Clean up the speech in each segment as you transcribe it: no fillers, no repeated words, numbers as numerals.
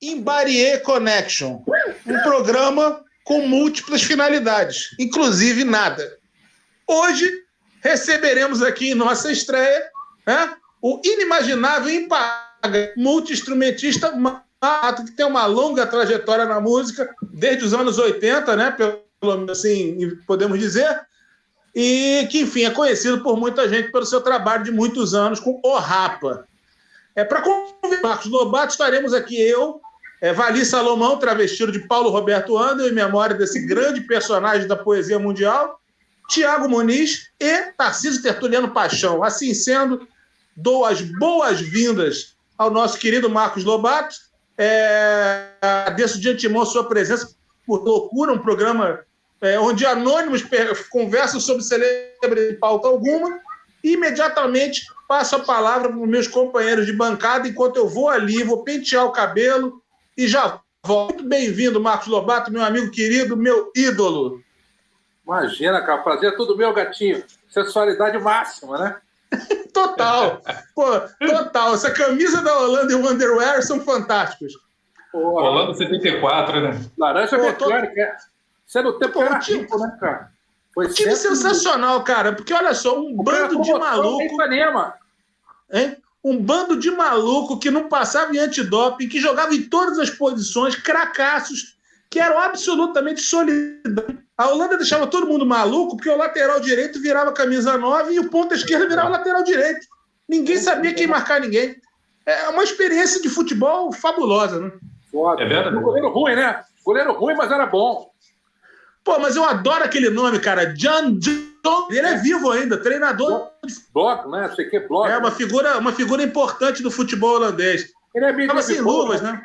Imbarie Connection, um programa com múltiplas finalidades, inclusive nada. Hoje receberemos aqui em nossa estreia, né, o inimaginável e impagável multi-instrumentista que tem uma longa trajetória na música, desde os anos 80, né, pelo menos assim podemos dizer, e que, enfim, é conhecido por muita gente pelo seu trabalho de muitos anos com o Rapa. Para convidar Marcos Lobato, estaremos aqui eu, Vali Salomão, travestido de Paulo Roberto Andel, em memória desse grande personagem da poesia mundial, Tiago Muniz e Tarcísio Tertuliano Paixão. Assim sendo, dou as boas-vindas ao nosso querido Marcos Lobato. Agradeço de antemão sua presença por Loucura, um programa onde anônimos conversam sobre celebridade de pauta alguma, e imediatamente passo a palavra para os meus companheiros de bancada, enquanto eu vou ali, vou pentear o cabelo e já volto. Muito bem-vindo, Marcos Lobato, meu amigo querido, meu ídolo. Imagina, cara, prazer é tudo meu, gatinho. Sensualidade máxima, né? Total. Pô, total. Essa camisa da Holanda e o underwear são fantásticos. Porra. Holanda 74, né? Laranja mecânica. Isso é do tempo que era rico, né, cara? Foi um time sensacional, cara. Porque, olha só, um bando de maluco... Hein? Um bando de maluco que não passava em antidoping, que jogava em todas as posições, cracassos, que eram absolutamente solidários. A Holanda deixava todo mundo maluco, porque o lateral direito virava camisa 9 e o ponta esquerda virava lateral direito. Ninguém sabia quem marcar ninguém. É uma experiência de futebol fabulosa, né? Foda. É verdade. Goleiro ruim, né? Goleiro ruim, mas era bom. Pô, mas eu adoro aquele nome, cara. John. Ele é vivo ainda, treinador. Bloco, né? Sei que é bloco. É uma figura importante do futebol holandês. Ele é meio. Tava sem luvas, né?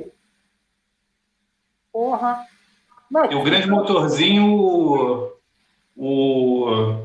Porra. Não, e o grande motorzinho, o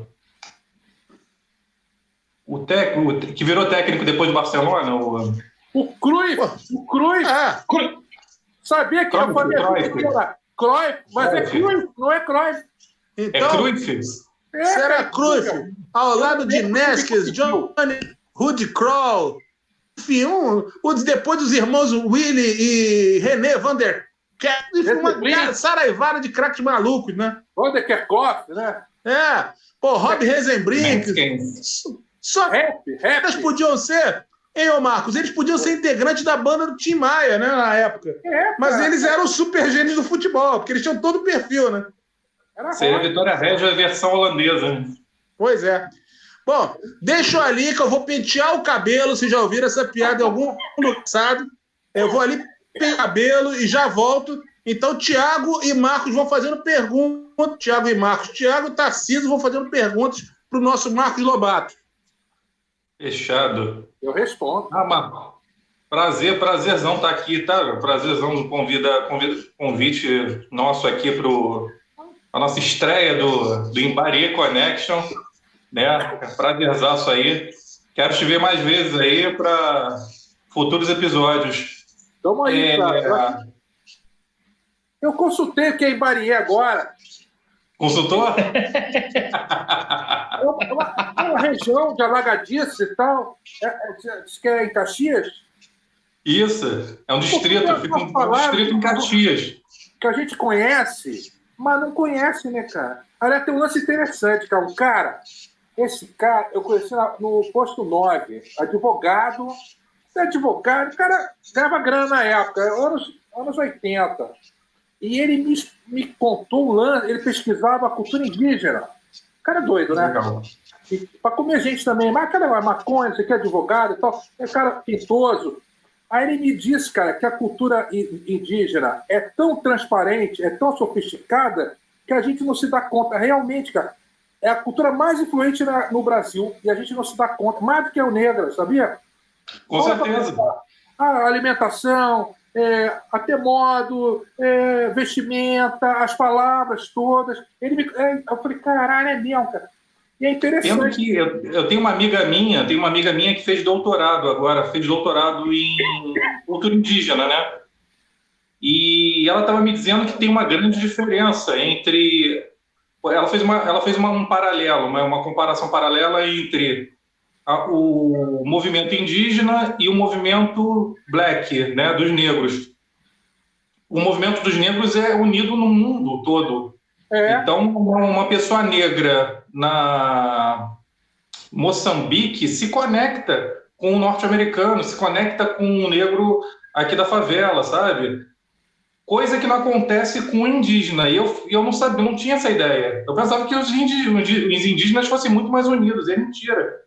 técnico, que virou técnico depois do Barcelona, o Cruyff. O Cruyff. Sabia que eu falei Cruyff, mas é Cruyff, não é Cruyff. Então, é Cruyff. Será Cruyff, ao lado de Neskes, Johnny, Ruud Krol, enfim, depois dos irmãos Willy e René van der uma saraivada de craques malucos, né? Van der Kerkhoff, né? Rob Rosenbrink. Só rap. Eles podiam ser... Hein, ô Marcos? Eles podiam ser integrantes da banda do Tim Maia, né, na época. Mas eles eram super gênios do futebol, porque eles tinham todo o perfil, né? Seria a Vitória Regia versão holandesa, né? Pois é. Bom, deixa eu ali que eu vou pentear o cabelo. Vocês já ouviram essa piada em algum passado? Eu vou ali pentear o cabelo e já volto. Então, Tiago e Marcos vão fazendo perguntas. Tiago e Tarcísio vão fazendo perguntas para o nosso Marcos Lobato. Fechado. Eu respondo. Marcos. Prazerzão estar aqui, tá? Prazerzão do convite nosso aqui para a nossa estreia do Imbarie Connection, né? Prazerzaço aí. Quero te ver mais vezes aí para futuros episódios. Toma aí, cara. Eu consultei o que é Imbarie agora. Consultou? É uma região de alagadiça e tal. Diz que é em Caxias? Isso. É um distrito. Fica um distrito em Caxias. Que a gente conhece, mas não conhece, né, cara? Aliás, tem um lance interessante, cara. Esse cara, eu conheci no posto 9. Advogado. O cara ganhava grana na época, anos 80. E ele me contou um lance, ele pesquisava a cultura indígena. O cara é doido, né? Legal. Para comer gente também, mas cara é maconha, você quer advogado e tal, é cara pintoso. Aí ele me disse, cara, que a cultura indígena é tão transparente, é tão sofisticada, que a gente não se dá conta. Realmente, cara, é a cultura mais influente no Brasil e a gente não se dá conta, mais do que o negro, sabia? Com certeza. A alimentação, até modo, vestimenta, as palavras todas. Eu falei, caralho, é mesmo, cara. E é interessante. Eu tenho uma amiga minha que fez doutorado em cultura indígena, né? E ela estava me dizendo que tem uma grande diferença entre... Ela fez um paralelo, uma comparação paralela entre o movimento indígena e o movimento black, né, dos negros. o movimento dos negros é unido no mundo todo. Então, uma pessoa negra na Moçambique se conecta com o norte-americano, se conecta com o negro aqui da favela, sabe? Coisa que não acontece com o indígena. E eu não sabia, não tinha essa ideia. Eu pensava que os indígenas fossem muito mais unidos. É mentira.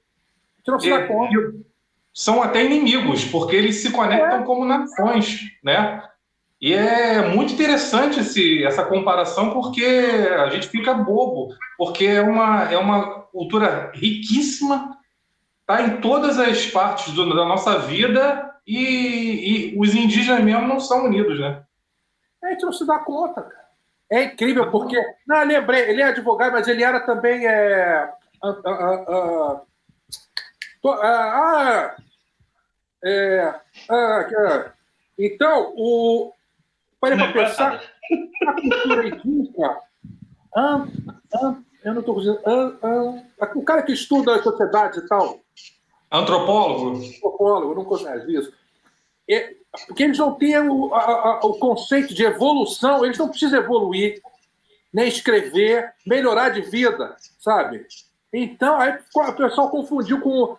São até inimigos, porque eles se conectam como nações, né? E é muito interessante essa comparação, porque a gente fica bobo, porque é uma cultura riquíssima, está em todas as partes da nossa vida, e os indígenas mesmo não são unidos, né? A gente não se dá conta, cara. É incrível, porque... Não, lembrei, ele é advogado, mas ele era também... Então, parei para pensar, a cultura indígena, eu não estou conseguindo, o cara que estuda as sociedades e tal. Antropólogo, não conhece isso. Porque eles não têm o conceito de evolução, eles não precisam evoluir, nem escrever, melhorar de vida, sabe? Então, aí o pessoal confundiu com,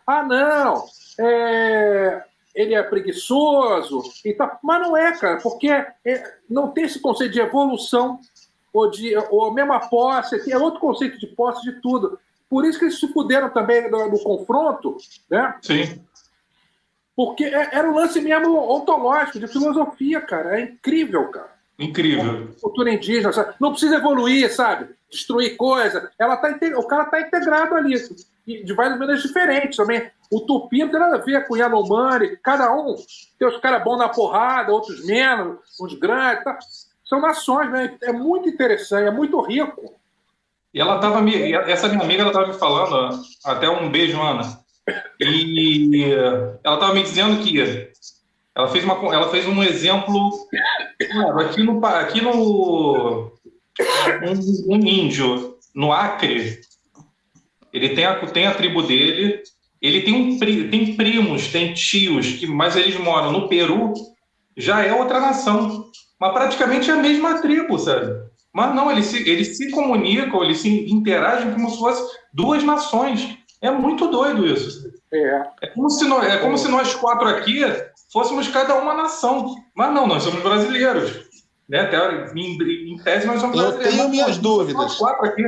ele é preguiçoso e tal. Mas não é, cara, porque não tem esse conceito de evolução ou a mesma posse, é outro conceito de posse de tudo. Por isso que eles se fuderam também no confronto, né? Sim. Porque era um lance mesmo ontológico, de filosofia, cara. É incrível, cara. Incrível. Cultura indígena, sabe? Não precisa evoluir, sabe? Destruir coisa. O cara está integrado ali, de várias maneiras diferentes também. O Tupi não tem nada a ver com o Yanomami. Cada um tem os caras bons na porrada, outros menos, uns grandes. Tá? São nações, né? É muito interessante, é muito rico. E essa minha amiga, ela estava me falando, até um beijo, Ana. E ela estava me dizendo que ela fez um exemplo aqui no um índio no Acre, ele tem a tribo dele, ele tem primos, tem tios, mas eles moram no Peru, já é outra nação, mas praticamente é a mesma tribo, sabe? Mas não, eles se comunicam, eles se interagem como se fossem duas nações. É muito doido isso. É como se nós quatro aqui fôssemos cada uma nação. Mas não, nós somos brasileiros. Né? Até, em tese, nós somos brasileiros. Eu tenho minhas dúvidas. Nós quatro aqui.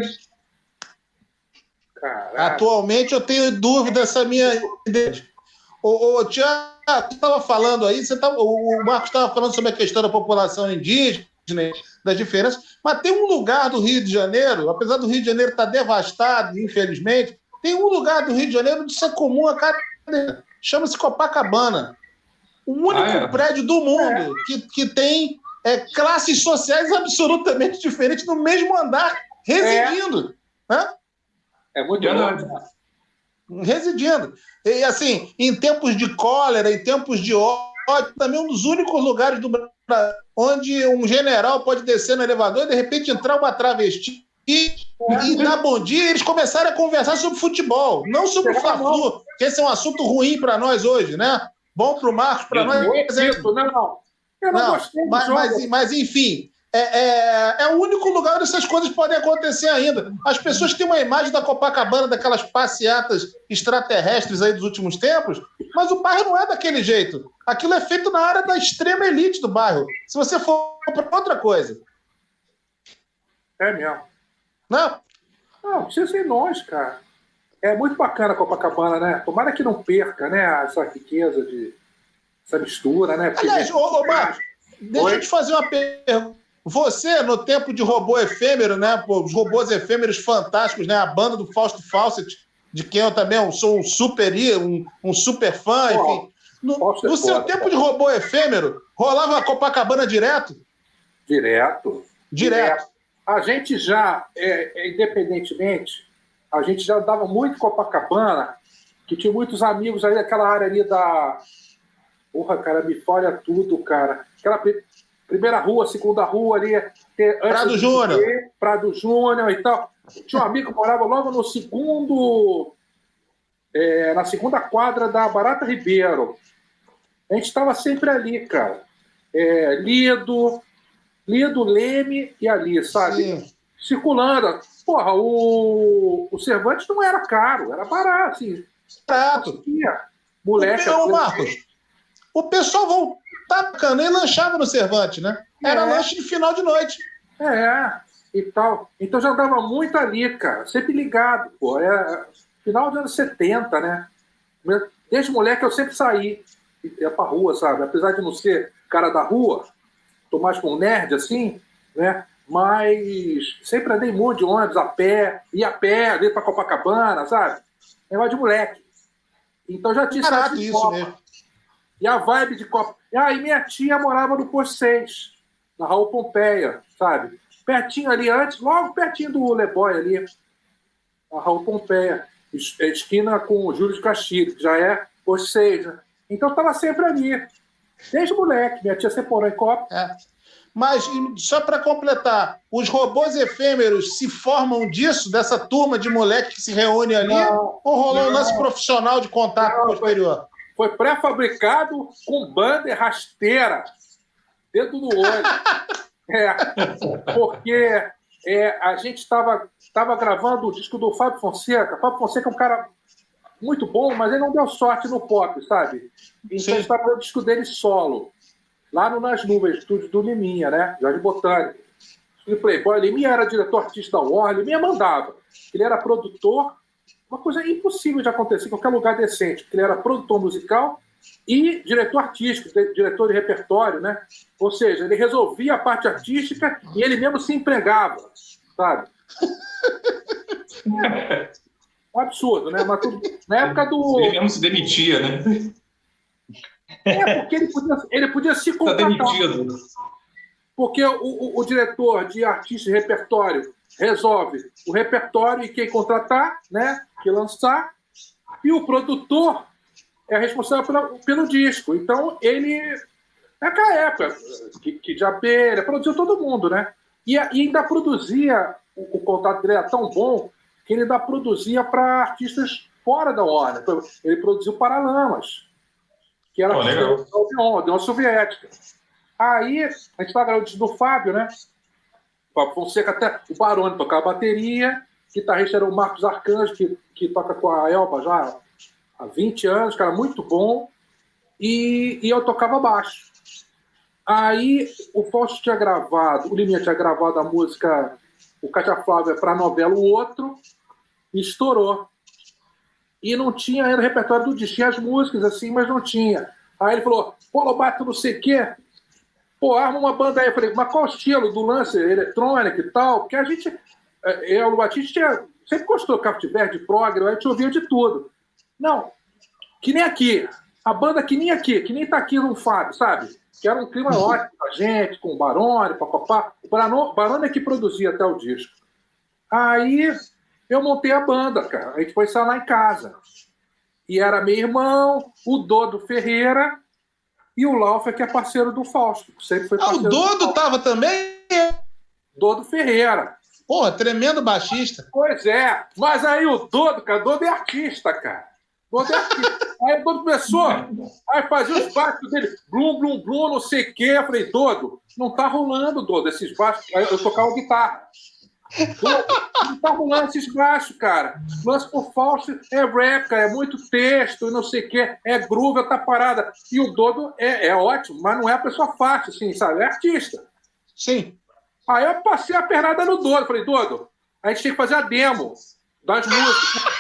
Atualmente eu tenho dúvida dessa minha ideia. Tiago, você estava falando aí, o Marcos estava falando sobre a questão da população indígena, das diferenças, mas tem um lugar do Rio de Janeiro, apesar do Rio de Janeiro estar devastado, infelizmente, tem um lugar do Rio de Janeiro de ser comum a cada... Chama-se Copacabana. O único prédio do mundo que tem classes sociais absolutamente diferentes no mesmo andar, residindo. É muito grande. Residindo. E assim, em tempos de cólera, em tempos de ódio, também um dos únicos lugares do Brasil onde um general pode descer no elevador e de repente entrar uma travesti e dar bom dia, eles começaram a conversar sobre futebol, não sobre o Fla-Flu, que esse é um assunto ruim para nós hoje, né? Bom para o Marcos, para nós. Eu não gostei do jogo. Mas enfim, é o único lugar onde essas coisas podem acontecer ainda. As pessoas têm uma imagem da Copacabana, daquelas passeatas extraterrestres aí dos últimos tempos, mas o bairro não é daquele jeito. Aquilo é feito na área da extrema elite do bairro. Se você for para outra coisa. É mesmo. Não, precisa ser nós, cara. É muito bacana a Copacabana, né? Tomara que não perca, né? Essa riqueza essa mistura, né? Porque... Aliás, Marcos, deixa eu te fazer uma pergunta. Você, no tempo de robô efêmero, né? Os robôs efêmeros fantásticos, né? A banda do Fausto Fawcett, de quem eu também sou um super fã, enfim. No seu tempo de robô efêmero, rolava a Copacabana direto? Direto. A gente já, independentemente, a gente já andava muito em Copacabana, que tinha muitos amigos ali, aquela área ali da... Porra, cara, me folha tudo, cara. Aquela primeira rua, segunda rua ali... Prado Júnior. Prado Júnior e tal. Tinha um amigo que morava logo no segundo... na segunda quadra da Barata Ribeiro. A gente estava sempre ali, cara. Lido, Lido, Leme e ali, sabe? Sim. Circulando. Porra, o Cervantes não era caro, era barato, assim. Barato. Moleque. Marcos, o pessoal voltava e lanchava no Cervantes, né? Era lanche de final de noite. E tal. Então já dava muito ali, cara. Sempre ligado, pô. Final dos anos 70, né? Desde moleque eu sempre saí. Ia pra rua, sabe? Apesar de não ser cara da rua, tô mais com um nerd, assim, né? Mas sempre andei muito de ônibus, ia a pé, ali pra Copacabana, sabe? Negócio de moleque. Então já tinha barato isso Copa. Mesmo. E a vibe de Copa. E aí minha tia morava no Posto 6, na Raul Pompeia, sabe? Pertinho ali antes, logo pertinho do Leboy ali, a Raul Pompeia, esquina com o Júlio de Castilho, que já é Posto 6, né? Então eu tava sempre ali, desde moleque. Minha tia sempre morou em Copa. Mas, só para completar, os robôs efêmeros se formam disso, dessa turma de moleque que se reúne ali? Ou rolou um lance profissional de contato posterior? Foi pré-fabricado com banda e rasteira, dedo no olho. Porque a gente estava gravando o disco do Fábio Fonseca. Fábio Fonseca é um cara muito bom, mas ele não deu sorte no pop, sabe? Então a gente estava gravando o disco dele solo. Lá no Nas Nuvens, estúdio do Liminha, né? Jardim Botânico. Estúdio Playboy. Liminha era diretor artista da Warner. Liminha mandava. Ele era produtor. Uma coisa impossível de acontecer em qualquer lugar decente. Ele era produtor musical e diretor artístico, diretor de repertório, né? Ou seja, ele resolvia a parte artística e ele mesmo se empregava, sabe? Um absurdo, né? Mas na época do... Ele mesmo se demitia, né? Porque ele podia se contratar. Está demitido. Porque o diretor de artista e repertório resolve o repertório e quem contratar, né? Que lançar. E o produtor é responsável pelo disco. Então, ele... Naquela época, que já ele produziu todo mundo, né? E ainda produzia... O contato dele era tão bom que ele ainda produzia para artistas fora da Warner. Ele produziu Paralamas, que era a União Soviética. Aí, a gente estava gravando o disco do Fábio, né? O Fábio Fonseca, até o Baroni tocava bateria, o guitarrista era o Marcos Arcanjo, que toca com a Elba já há 20 anos, cara, muito bom, e eu tocava baixo. Aí o Fausto tinha gravado, o Liminha tinha gravado a música O Cátia Flávia para a novela O Outro, e estourou. E não tinha ainda repertório do disco. Tinha as músicas assim, mas não tinha. Aí ele falou, pô, Lobato, não sei o quê. Pô, arma uma banda aí. Eu falei, mas qual o estilo do lance eletrônico e tal? Porque a gente, o Lobatista sempre gostou de Kraftwerk, de prog, a gente ouvia de tudo. Não, que nem aqui. A banda que nem aqui, que nem tá aqui no Fábio, sabe? Que era um clima ótimo pra gente, com o Baroni, papapá. O Baroni é que produzia até o disco. Aí eu montei a banda, cara. A gente foi ensaiar lá em casa. E era meu irmão, o Dodo Ferreira e o Laufer, que é parceiro do Fausto. Sempre foi parceiro o Dodo tava também? Dodo Ferreira. Porra, tremendo baixista. Pois é. Mas aí o Dodo, cara, Dodo é artista, cara. Dodo é artista. Aí o Dodo começou, aí fazia os baixos dele, blum, blum, blum, não sei o quê. Eu falei, Dodo, não tá rolando, Dodo, esses baixos. Aí eu tocava guitarra. Não tá rolando esses baixos, cara. Lance por Fausto é rap, cara, é muito texto, não sei o quê, é groove, tá parada. E o Dodo é ótimo, mas não é a pessoa fácil, assim, sabe? É artista. Sim. Aí eu passei a pernada no Dodo. Falei, Dodo, a gente tem que fazer a demo das músicas.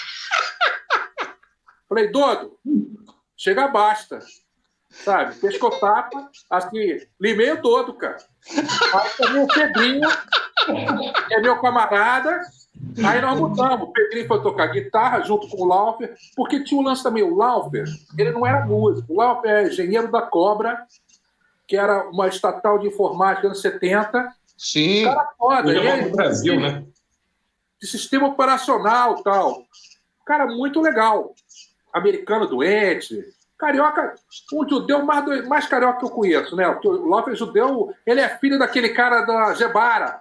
Falei, Dodo, chega basta. Sabe? Pescotapa, assim, limei o Dodo, cara. Aí também o Pedrinho, que é meu camarada. Aí nós mudamos. O Pedrinho foi tocar guitarra junto com o Laufer, porque tinha um lance também. O Laufer, ele não era músico. O Laufer é engenheiro da Cobra, que era uma estatal de informática nos anos 70. Sim. Cara foda. No Brasil, né? De sistema operacional e tal. Cara, muito legal. Americano doente. Carioca, um judeu mais carioca que eu conheço, né? Porque o Laufer é judeu, ele é filho daquele cara da Gebara.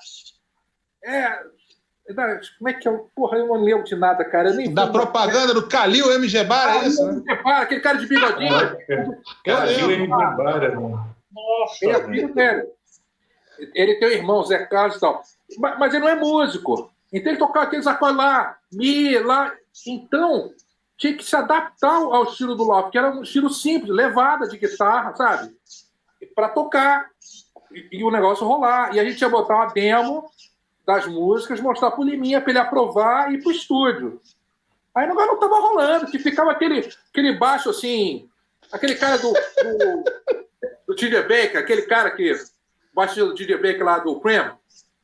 Como é que é? Porra, eu não lembro de nada, cara. Eu nem da propaganda do Calil M. Gebara, é isso, né? Gebara, aquele cara de bigodinho. Calil M. Gebara, mano. Nossa, ele é filho dele. Ele tem um irmão, Zé Carlos e tal. Mas ele não é músico. Então ele tocava aqueles acordes lá, mi, lá. Então, tinha que se adaptar ao estilo do Lopes, que era um estilo simples, levada de guitarra, sabe? Para tocar. E o negócio rolar. E a gente ia botar uma demo das músicas, mostrar pro Liminha para ele aprovar e ir pro estúdio. Aí o negócio não tava rolando, que ficava aquele baixo assim, aquele cara do DJ Baker, aquele cara que baixo do DJ Baker lá do Cream.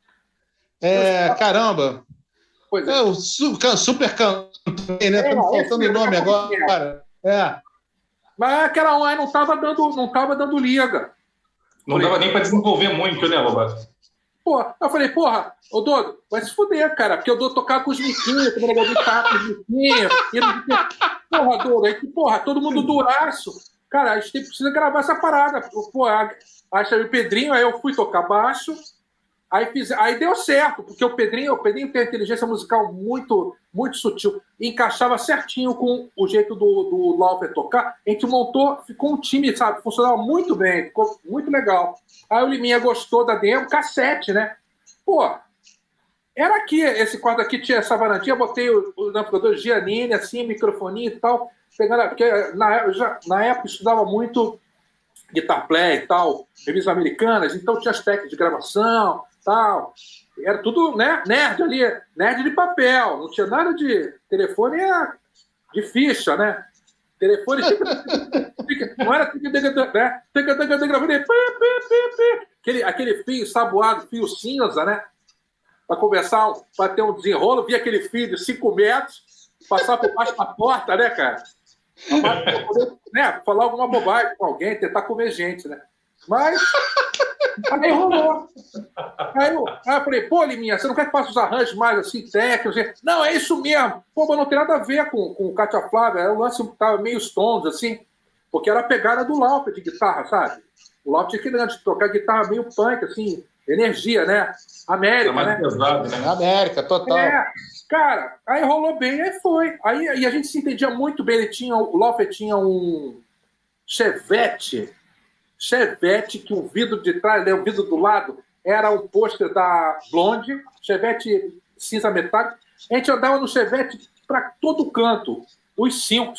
Caramba. Pois é. O super cantor, né? Tá me faltando o nome agora. Mas aquela hora não tava dando liga. Não dava nem para desenvolver muito, né, Lobato? Porra, eu falei, porra, ô Dodo, vai se fuder, cara, porque eu dou tocar com os miquinhos, com o negócio de taco, com os miquinhos. Porra, Dodo, aí que, porra, todo mundo duraço. Cara, a gente precisa gravar essa parada. Porra, aí chamei o Pedrinho, aí eu fui tocar baixo, aí deu certo, porque o Pedrinho tem uma inteligência musical muito, muito sutil, e encaixava certinho com o jeito do Laufer tocar. A gente montou, ficou um time, sabe, funcionava muito bem, ficou muito legal. Aí o Liminha gostou da demo, cassete, né? Pô, era aqui, esse quadro aqui tinha essa varandinha, botei o amplificador Giannini, assim, microfoninho e tal, pegando, porque na época eu estudava muito Guitar Play e tal, revistas americanas, então tinha as técnicas de gravação, tal, era tudo, né, nerd ali, nerd de papel, não tinha nada de telefone de ficha, né? Telefone não era né? Aquele fio saboado, fio cinza, né? Para conversar, para ter um desenrolo, via aquele fio de 5 metros, passar por baixo da porta, né, cara? Para poder, né, falar alguma bobagem com alguém, tentar comer gente, né? Mas aí rolou. Aí eu falei, pô, Liminha, você não quer que faça os arranjos mais assim, técnicos? Não, é isso mesmo. Pô, mas não tem nada a ver com o Cátia Flávia. O lance tava meio Stones, assim, porque era a pegada do Lauper de guitarra, sabe? O Lauper tinha que tocar guitarra meio punk, assim, energia, né? América, mais né? Pesado, né? América, total. Cara, aí rolou bem, aí foi. Aí a gente se entendia muito bem. O Lauper tinha um Chevette, que o vidro de trás, né, o vidro do lado, era um pôster da Blonde, Chevette cinza metálico. A gente andava no Chevette para todo canto. Os cinco.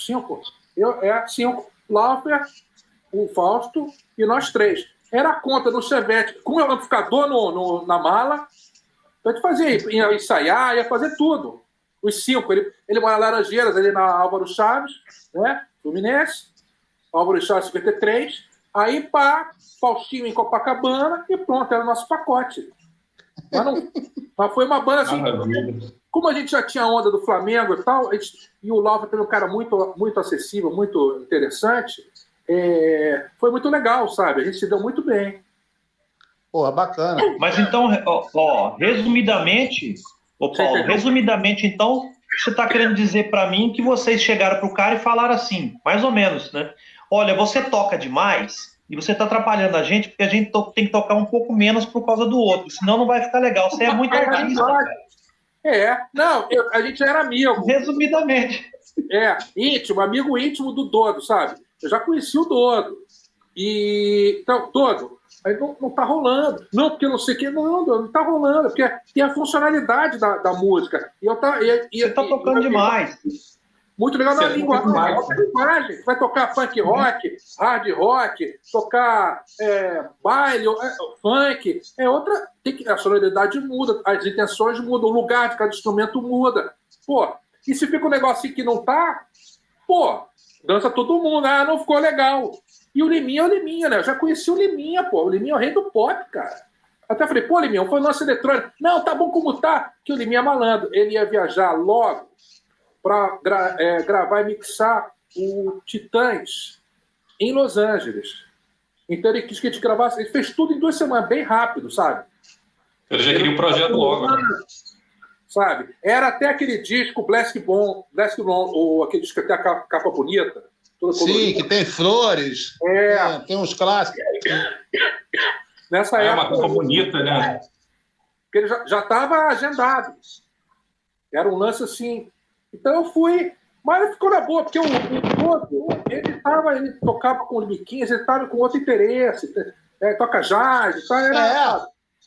Cinco. Lauper, o Fausto e nós 3. Era a conta do Chevette, com o amplificador na mala. Então a gente fazia, ia ensaiar, ia fazer tudo. Os 5. Ele mora em Laranjeiras, ali na Álvaro Chaves, né? Fluminense. Álvaro Chaves 53. Aí, pá, Faustinho em Copacabana e pronto, era o nosso pacote. Mas foi uma banda assim. Como a gente já tinha onda do Flamengo e tal, e o Lauper também é um cara muito, muito acessível, muito interessante, foi muito legal, sabe? A gente se deu muito bem. Porra, bacana. Mas então, resumidamente, Paulo, resumidamente, então, você está querendo dizer para mim que vocês chegaram para o cara e falaram assim, mais ou menos, né? Olha, você toca demais e você está atrapalhando a gente porque a gente tem que tocar um pouco menos por causa do outro, senão não vai ficar legal. Você é muito artista, cara. Não, a gente era amigo. Resumidamente. Íntimo, amigo íntimo do Dodo, sabe? Eu já conheci o Dodo. Então, Dodo, aí não tá rolando. Não, porque não sei o que. Não tá rolando, porque tem a funcionalidade da música. Você tá tocando demais. Muito legal na linguagem. Você vai tocar punk rock, hard rock, tocar baile, funk. A sonoridade muda, as intenções mudam, o lugar de cada instrumento muda. Pô, e se fica um negocinho que não tá, pô, dança todo mundo. Não ficou legal. E o Liminha é o Liminha, né? Eu já conheci o Liminha, pô. O Liminha é o rei do pop, cara. Até falei, pô, Liminha, foi o nosso eletrônico. Não, tá bom como tá. Que o Liminha é malandro. Ele ia viajar logo para gravar e mixar o Titãs em Los Angeles. Então ele quis que a gente gravasse. Ele fez tudo em 2 semanas, bem rápido, sabe? Ele já queria um projeto logo. Sabe? Era até aquele disco Black Bomb, ou aquele disco que tem a capa bonita. Sim, que tem flores. Tem uns clássicos. Nessa época. Uma capa bonita, né? Porque ele já estava agendado. Era um lance assim. Então eu fui, mas ficou na boa, porque o outro, ele tocava com o Miquinhas, ele estava com outro interesse, toca jazz,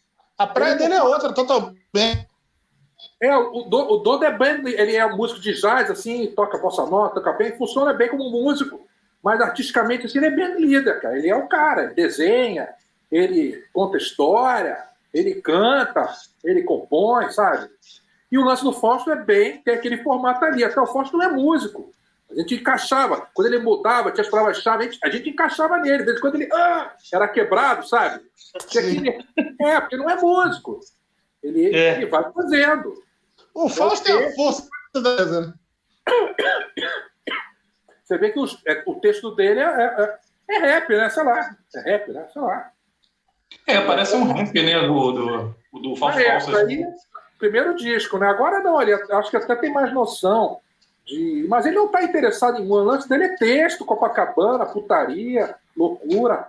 A praia dele é outra, totalmente. O Dodo é bem, ele é um músico de jazz, assim, toca bossa nova, toca bem, funciona bem como músico, mas artisticamente assim, ele é bem líder, cara. Ele é o cara, ele desenha, ele conta história, ele canta, ele compõe, sabe? E o lance do Fausto tem aquele formato ali. Até o Fausto não é músico. A gente encaixava. Quando ele mudava, tinha as palavras-chave, a gente encaixava nele. Desde quando ele era quebrado, sabe? Porque não é músico. Ele vai fazendo. O Fausto é a força da coisa, né? Você vê que o texto dele é rap, né? Sei lá. É rap, né? Sei lá. Parece um rap, né? Do Fausto. Aí, primeiro disco, né? Agora não, ele acho que até tem mais noção. Mas ele não está interessado em o lance dele é texto, Copacabana, putaria, loucura.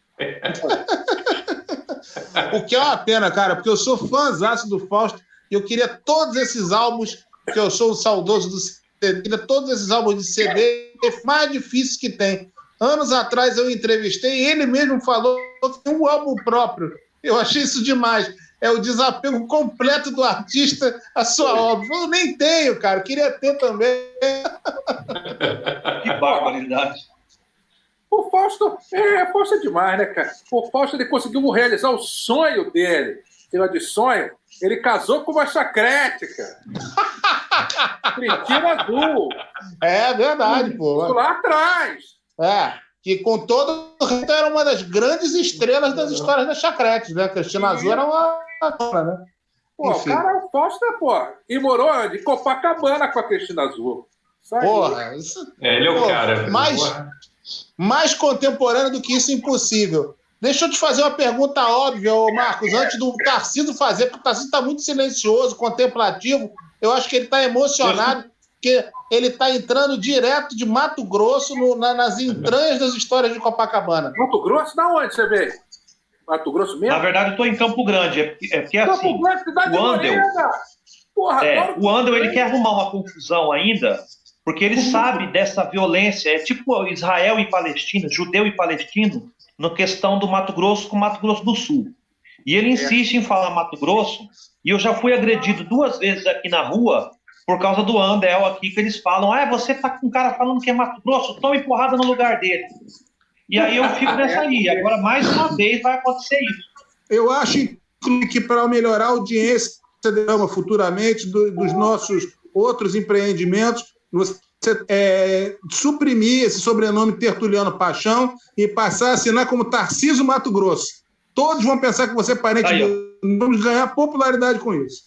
O que é uma pena, cara, porque eu sou fãzaço do Fausto e eu queria todos esses álbuns, que eu sou o saudoso do CD, queria todos esses álbuns de CD mais difíceis que tem. Anos atrás eu entrevistei e ele mesmo falou que tem um álbum próprio. Eu achei isso demais. É o desapego completo do artista à sua obra. Eu nem tenho, cara. Queria ter também. Que barbaridade. O Fausto é demais, né, cara? O Fausto ele conseguiu realizar o sonho dele. Tema de sonho, ele casou com uma chacrete, cara. Cristina Azul. É verdade, pô. Lá atrás. Que com todo o resto era uma das grandes estrelas das histórias das chacretes, né? Cristina Azul era uma né? Pô, o cara, o Fausto, e morou de Copacabana com a Cristina Azul. Porra, isso... ele é o cara. Mais contemporâneo do que isso, impossível. Deixa eu te fazer uma pergunta óbvia, Marcos, antes do Tarcísio fazer, porque o Tarcísio está muito silencioso, contemplativo. Eu acho que ele está emocionado, porque ele está entrando direto de Mato Grosso nas entranhas das histórias de Copacabana. Mato Grosso? Da onde você veio? Mato Grosso mesmo? Na verdade, eu estou em Campo Grande. É porque assim, Campo Grande, cidade de Morena! Porra, o Andel ele quer arrumar uma confusão ainda, porque ele sabe dessa violência. É tipo Israel e Palestina, judeu e palestino, na questão do Mato Grosso com Mato Grosso do Sul. E ele insiste em falar Mato Grosso, e eu já fui agredido 2 vezes aqui na rua por causa do Andel aqui, que eles falam, você tá com um cara falando que é Mato Grosso, toma empurrada no lugar dele. E aí eu fico nessa aí. Agora, mais uma vez, vai acontecer isso. Eu acho que para melhorar a audiência futuramente dos nossos outros empreendimentos, você suprimir esse sobrenome Tertuliano Paixão e passar a assinar como Tarcísio Mato Grosso. Todos vão pensar que você é parente dele. Vamos ganhar popularidade com isso.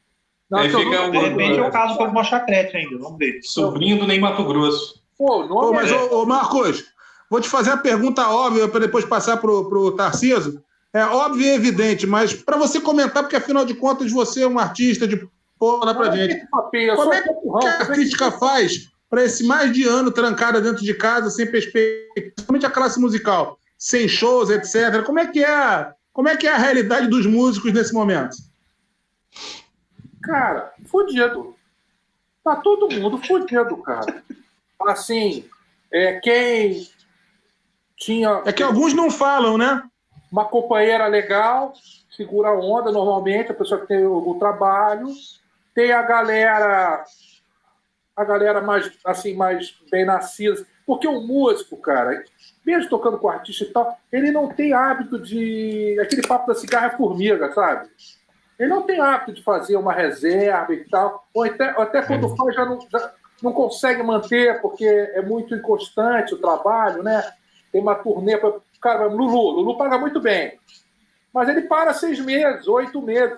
De repente eu caso com uma chacrete ainda, vamos ver. Sobrinho do Ney Mato Grosso. Mas, Marcos, vou te fazer a pergunta óbvia para depois passar para o Tarcísio. É óbvio e evidente, mas para você comentar, porque afinal de contas você é um artista de porra pra gente. Como é que a crítica faz para esse mais de ano trancada dentro de casa, sem perspectiva, principalmente a classe musical, sem shows, etc. Como é que é a realidade dos músicos nesse momento? Cara, fudido. Tá todo mundo fudido, cara. Assim, quem tinha... É que alguns não falam, né? Uma companheira legal, segura a onda normalmente, a pessoa que tem o trabalho. Tem a galera mais, assim, mais bem nascida. Porque o músico, cara, mesmo tocando com artista e tal, ele não tem hábito de... Aquele papo da cigarra formiga, sabe? Ele não tem hábito de fazer uma reserva e tal. Ou até quando faz, já não consegue manter, porque é muito inconstante o trabalho, né? Tem uma turnê para... Cara, Lulu paga muito bem. Mas ele para 6 meses, 8 meses.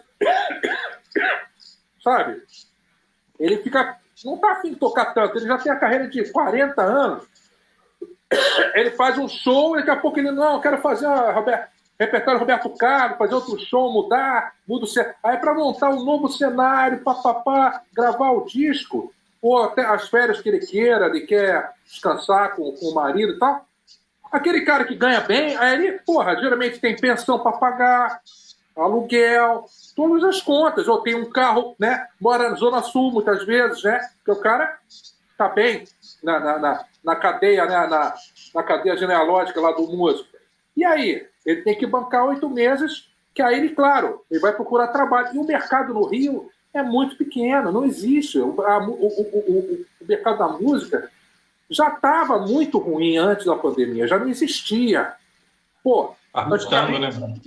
Sabe? Ele fica... Não tá afim de tocar tanto. Ele já tem a carreira de 40 anos. Ele faz um show e daqui a pouco ele... Não, eu quero fazer repertório Roberto Carlos, fazer outro show, muda o cenário. Aí para montar um novo cenário, gravar o disco, ou até as férias que ele queira, ele quer descansar com o marido e tal. Aquele cara que ganha bem, aí ele, geralmente tem pensão para pagar, aluguel, todas as contas. Ou tem um carro, né? Mora na Zona Sul, muitas vezes, né? Porque o cara tá bem na cadeia, né? Na cadeia genealógica lá do músico. E aí? Ele tem que bancar 8 meses Que aí ele, claro, ele vai procurar trabalho. E o mercado no Rio é muito pequeno, não existe. O mercado da música já estava muito ruim antes da pandemia, já não existia. Pô, né?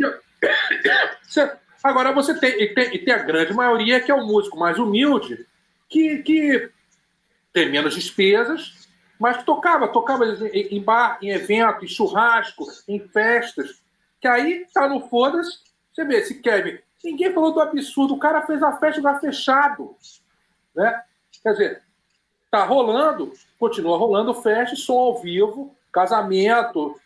Agora você tem a grande maioria que é o músico mais humilde, que tem menos despesas, mas tocava em bar, em evento, em churrasco, em festas, que aí tá no foda-se. Você vê, esse Kevin, ninguém falou do absurdo, o cara fez a festa já fechado, né? Quer dizer, tá rolando, continua rolando festa, som ao vivo, casamento,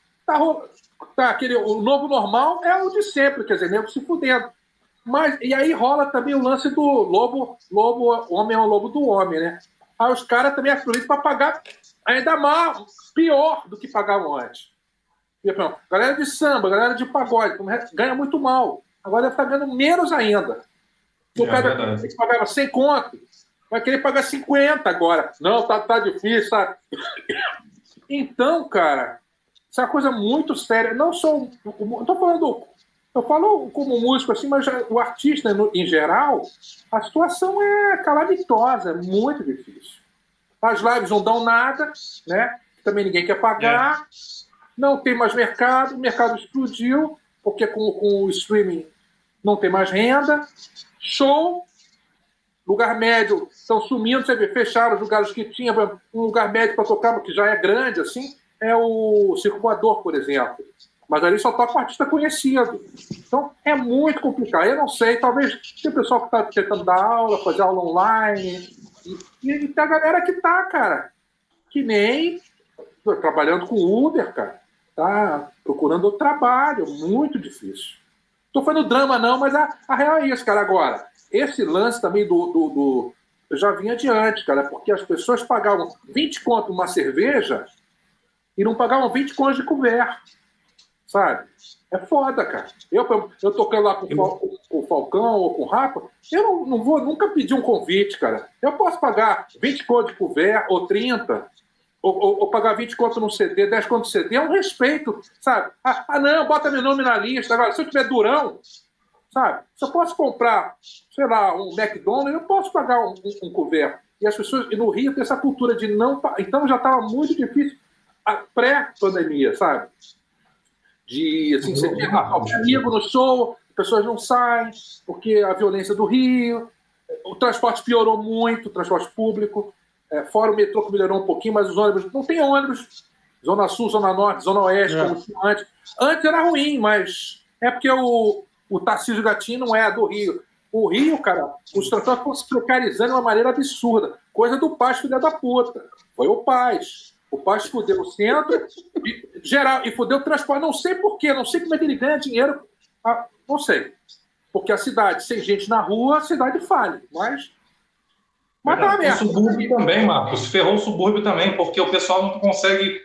o novo normal é o de sempre, quer dizer, nego se fudendo. Mas, e aí rola também o lance do lobo, homem é o lobo do homem, né? Aí os caras também aproveitam para pagar ainda mais, pior do que pagavam antes. Galera de samba, galera de pagode, ganha muito mal. Agora deve estar ganhando menos ainda. O cara que pagava 100 conto vai querer pagar 50 agora. Não, tá difícil, sabe? Então, cara, isso é uma coisa muito séria. Não só. Eu falo como músico assim, mas o artista, em geral, a situação é calamitosa, é muito difícil. As lives não dão nada, né? Também ninguém quer pagar. Não tem mais mercado, o mercado explodiu, porque com o streaming não tem mais renda. Show, lugar médio, estão sumindo, você vê, fecharam os lugares que tinha, um lugar médio para tocar, que já é grande, assim, é o Circo Voador, por exemplo. Mas ali só toca um artista conhecido. Então, é muito complicado. Eu não sei, talvez tem pessoal que está tentando dar aula, fazer aula online, e tem a galera que tá, cara, que nem trabalhando com Uber, cara. Tá procurando outro trabalho, muito difícil. Tô falando drama não, mas a real é isso, cara. Agora, esse lance também eu já vinha adiante, cara, porque as pessoas pagavam 20 conto uma cerveja e não pagavam 20 contos de couvert, sabe? É foda, cara. Eu tocando lá com o Falcão ou com o Rapa, eu não vou nunca pedir um convite, cara. Eu posso pagar 20 contos de couvert ou 30, ou pagar 20 conto no CD, 10 conto no CD, é um respeito, sabe? Não, bota meu nome na lista. Agora, se eu tiver durão, sabe? Se eu posso comprar, sei lá, um McDonald's, eu posso pagar um couvert. E as pessoas, e no Rio tem essa cultura de não... Então já estava muito difícil a pré-pandemia, sabe? De, assim, você tem amigo no show, as pessoas não saem, porque a violência do Rio, o transporte piorou muito, o transporte público, fora o metrô que melhorou um pouquinho, mas os ônibus, não tem ônibus, Zona Sul, Zona Norte, Zona Oeste, como tinha antes. Antes era ruim, mas é porque o Tarcísio Gatinho não é do Rio. O Rio, cara, os transportes estão se precarizando de uma maneira absurda. Coisa do Paz, filha da puta. Foi o Paz. O Paz fudeu o centro, geral, e fudeu o transporte. Não sei porquê, não sei como é que ele ganha dinheiro. Não sei. Porque a cidade, sem gente na rua, a cidade falha. Mas tá uma merda. O subúrbio também, Marcos. Ferrou o subúrbio também, porque o pessoal não consegue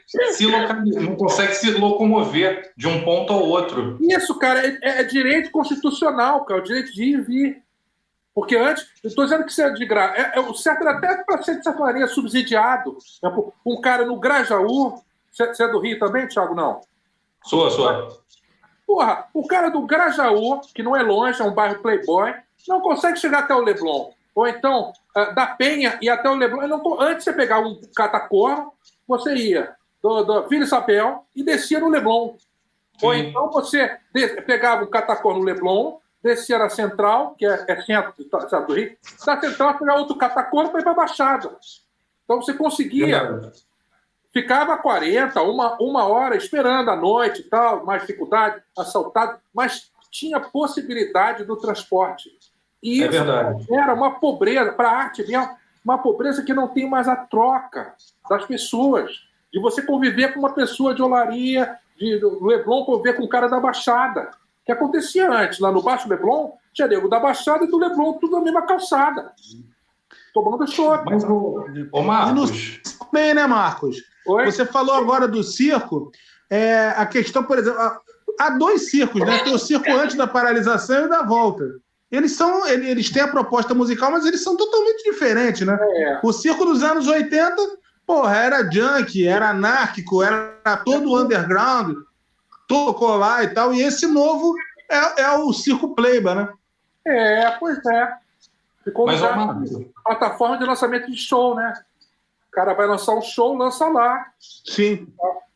se locomover de um ponto ao outro. Isso, cara, é direito constitucional, cara, o direito de ir e vir. Porque antes, eu estou dizendo que isso é de graça. O certo era até para ser, de certa maneira, subsidiado. Um cara no Grajaú. Você é do Rio também, Thiago? Não? Sou. Porra, o cara do Grajaú, que não é longe, é um bairro playboy, não consegue chegar até o Leblon. Ou então, da Penha e até o Leblon. Antes de você pegar um catacorno, você ia do Vila Isabel e descia no Leblon. Sim. Ou então você pegava um catacorno no Leblon, descia na Central, que é centro do Rio, da Central pegar outro catacorno para ir para a Baixada. Então você conseguia... Ficava 40, uma hora esperando à noite e tal, mais dificuldade, assaltado, mas tinha possibilidade do transporte. E isso era uma pobreza, para a arte mesmo, uma pobreza que não tem mais a troca das pessoas, de você conviver com uma pessoa de Olaria, do Leblon conviver com um cara da Baixada, que acontecia antes, lá no Baixo Leblon, tinha nego da Baixada e do Leblon, tudo na mesma calçada, tomando choque. Mas o Marcos... Bem, né, Marcos? Oi? Você falou agora do circo, a questão, por exemplo, há dois circos, né? Tem o circo antes da paralisação e da volta. Eles têm a proposta musical, mas eles são totalmente diferentes, né? O circo dos anos 80, porra, era junk, era anárquico, era todo underground, tocou lá e tal, e esse novo É o Circo Pleiba, né? Pois é. Ficou Mas, já Marcos, plataforma de lançamento de show, né? O cara vai lançar um show, lança lá. Sim.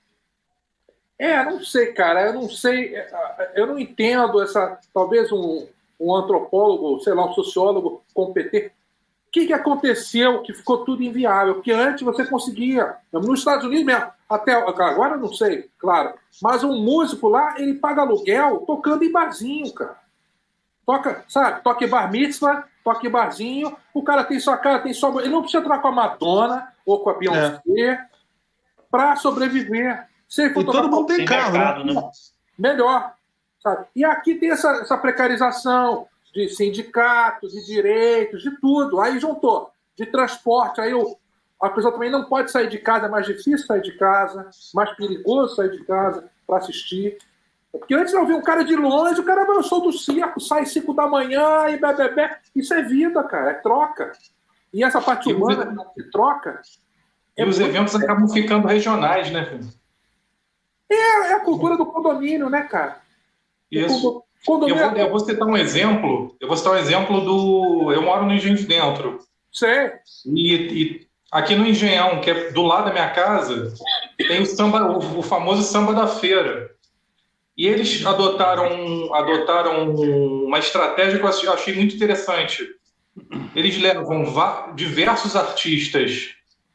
Não sei, cara. Eu não sei. Eu não entendo essa. Talvez um antropólogo, sei lá, um sociólogo competente. O que aconteceu que ficou tudo inviável? Porque antes você conseguia. Nos Estados Unidos mesmo, até agora eu não sei, claro. Mas um músico lá, ele paga aluguel tocando em barzinho, cara. Toca, sabe? Toca em bar mitzvah, toca em barzinho. O cara tem sua cara, tem sua. Ele não precisa entrar com a Madonna ou com a Beyoncé para sobreviver. E todo mundo tem carro, mercado, né? Melhor. Sabe? E aqui tem essa precarização de sindicatos, de direitos, de tudo. Aí juntou de transporte. Aí a pessoa também não pode sair de casa, é mais difícil sair de casa, mais perigoso sair de casa para assistir. Porque antes eu vi um cara de longe, o cara vai ao show do circo, sai 5 da manhã e bebê. Isso é vida, cara, é troca. E essa parte humana que troca. E os eventos acabam ficando regionais, né, filho? É a cultura do condomínio, né, cara? Isso. Eu vou citar um exemplo. Do. Eu moro no Engenho de Dentro. Sei. E aqui no Engenhão, que é do lado da minha casa, tem o famoso samba da feira. E eles adotaram uma estratégia que eu achei muito interessante. Eles levam diversos artistas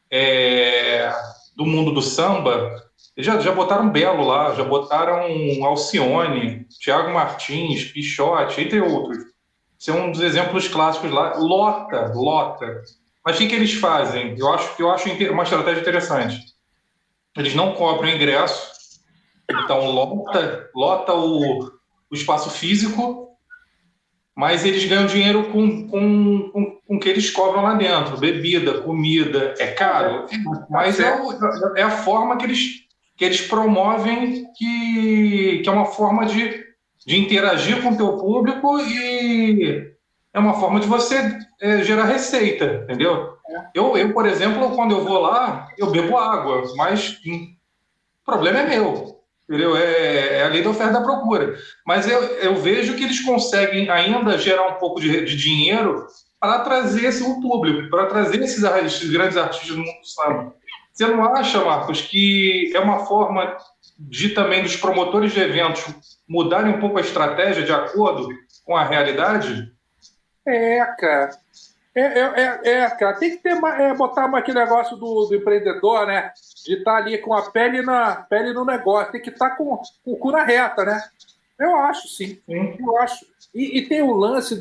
do mundo do samba. Já botaram Belo lá, já botaram Alcione, Thiago Martins, Pichote, entre outros. Esse é um dos exemplos clássicos lá. Lota. Mas o que eles fazem? Eu acho uma estratégia interessante. Eles não cobram ingresso, então lota o espaço físico, mas eles ganham dinheiro com o que eles cobram lá dentro. Bebida, comida, é caro, mas é a forma que eles promovem, que é uma forma de interagir com o teu público e é uma forma de você gerar receita, entendeu? Eu, por exemplo, quando eu vou lá, eu bebo água, mas o problema é meu, entendeu? É a lei da oferta e da procura. Mas eu vejo que eles conseguem ainda gerar um pouco de dinheiro para trazer o público, para trazer esses grandes artistas do mundo do samba. Você não acha, Marcos, que é uma forma também dos promotores de eventos mudarem um pouco a estratégia de acordo com a realidade? Cara. Cara. Tem que botar aquele negócio do empreendedor, né? De estar ali com a pele no negócio. Tem que estar com o cu na reta, né? Eu acho, sim. Eu acho. E tem o lance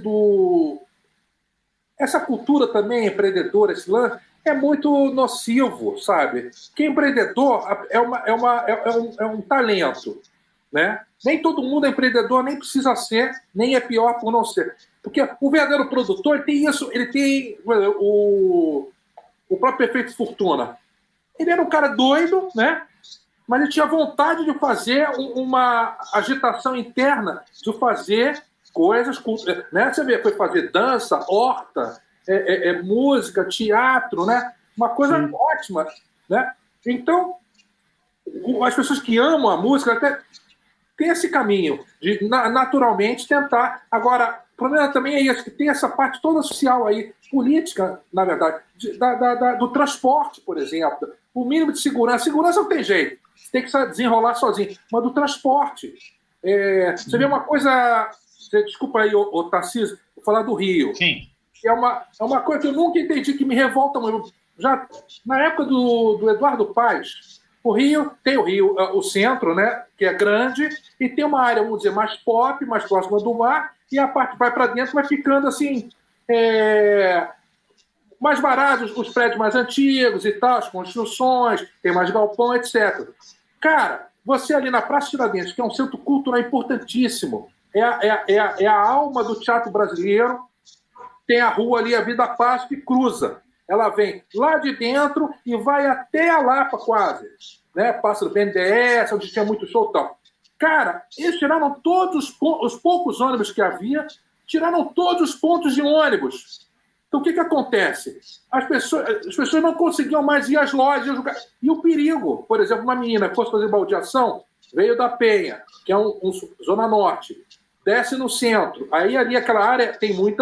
essa cultura também empreendedora, esse lance, é muito nocivo, sabe? Que empreendedor é um talento, né? Nem todo mundo é empreendedor, nem precisa ser, nem é pior por não ser. Porque o verdadeiro produtor tem isso, ele tem o próprio Efeito Fortuna. Ele era um cara doido, né? Mas ele tinha vontade de fazer uma agitação interna, de fazer coisas, né? Você vê, foi fazer dança, horta, música, teatro, né? Uma coisa ótima, né? Então, as pessoas que amam a música até tem esse caminho de naturalmente tentar. Agora, o problema também é isso, que tem essa parte toda social aí, política, na verdade, do transporte, por exemplo. O mínimo de segurança. Segurança não tem jeito, você tem que desenrolar sozinho. Mas do transporte. Você vê uma coisa. Desculpa aí, Tarcísio, vou falar do Rio. Sim. É uma coisa que eu nunca entendi, que me revolta muito. Já na época do Eduardo Paes, o Rio tem o centro, né, que é grande, e tem uma área, vamos dizer, mais pop, mais próxima do mar, e a parte que vai para dentro vai ficando assim, mais baratos, os prédios mais antigos e tal, as construções, tem mais galpão, etc. Cara, você ali na Praça Tiradentes, que é um centro cultural importantíssimo, é a alma do teatro brasileiro, tem a rua ali, a Vida Paz, que cruza. Ela vem lá de dentro e vai até a Lapa quase, né? Passa do BNDES, onde tinha muito show e tal. Cara, eles tiraram todos os poucos ônibus que havia, tiraram todos os pontos de ônibus. Então o que acontece? As pessoas não conseguiam mais ir às lojas. E o perigo, por exemplo, uma menina que fosse fazer baldeação, veio da Penha, que é zona norte, desce no centro. Aí ali aquela área tem muito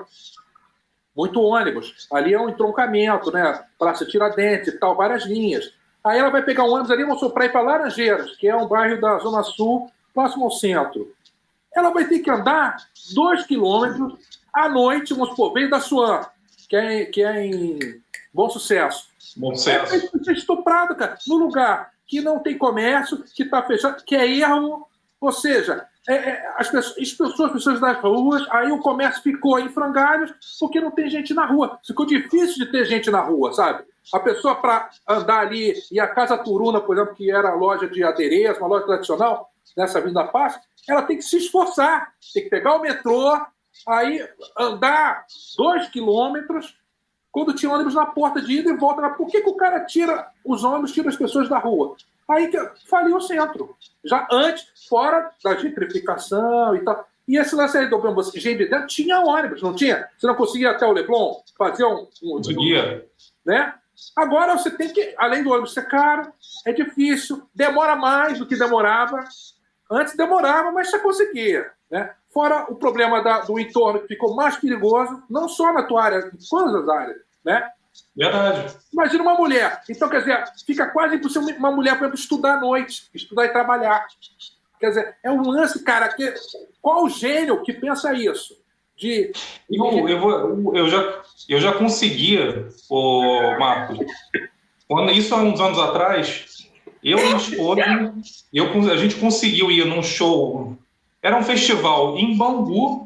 ônibus. Ali é um entroncamento, né? Praça Tiradentes e tal, várias linhas. Aí ela vai pegar um ônibus ali, vamos supor, para Laranjeiras, que é um bairro da Zona Sul, próximo ao centro. Ela vai ter que andar 2 quilômetros à noite, vamos supor, veio da Suan, que é em Bom Sucesso. Bom Sucesso. É ser estuprado, cara, no lugar que não tem comércio, que está fechado, que é ermo. Ou seja, as pessoas das ruas, aí o comércio ficou em frangalhos porque não tem gente na rua. Ficou difícil de ter gente na rua, sabe? A pessoa, para andar ali, e a Casa Turuna, por exemplo, que era a loja de adereço, uma loja tradicional, nessa Avenida Paz, ela tem que se esforçar, tem que pegar o metrô, aí andar 2 quilômetros, quando tinha ônibus na porta de ida e volta. Por que o cara tira os ônibus, tira as pessoas da rua? Aí que faliu o centro. Já antes, fora da gentrificação e tal. E esse lance aí do GND tinha ônibus, não tinha? Você não conseguia até o Leblon fazer um guia, né? Agora você tem que, além do ônibus ser caro, é difícil, demora mais do que demorava. Antes demorava, mas você conseguia, né? Fora o problema do entorno, que ficou mais perigoso, não só na tua área, em todas as áreas, né? Verdade. Imagina uma mulher. Então, quer dizer, fica quase impossível uma mulher, por exemplo, estudar à noite, estudar e trabalhar. Quer dizer, é um lance, cara, que qual o gênio que pensa isso? Eu já conseguia, Marcos, isso há uns anos atrás, eu e minha esposa, a gente conseguiu ir num show, era um festival em Bangu,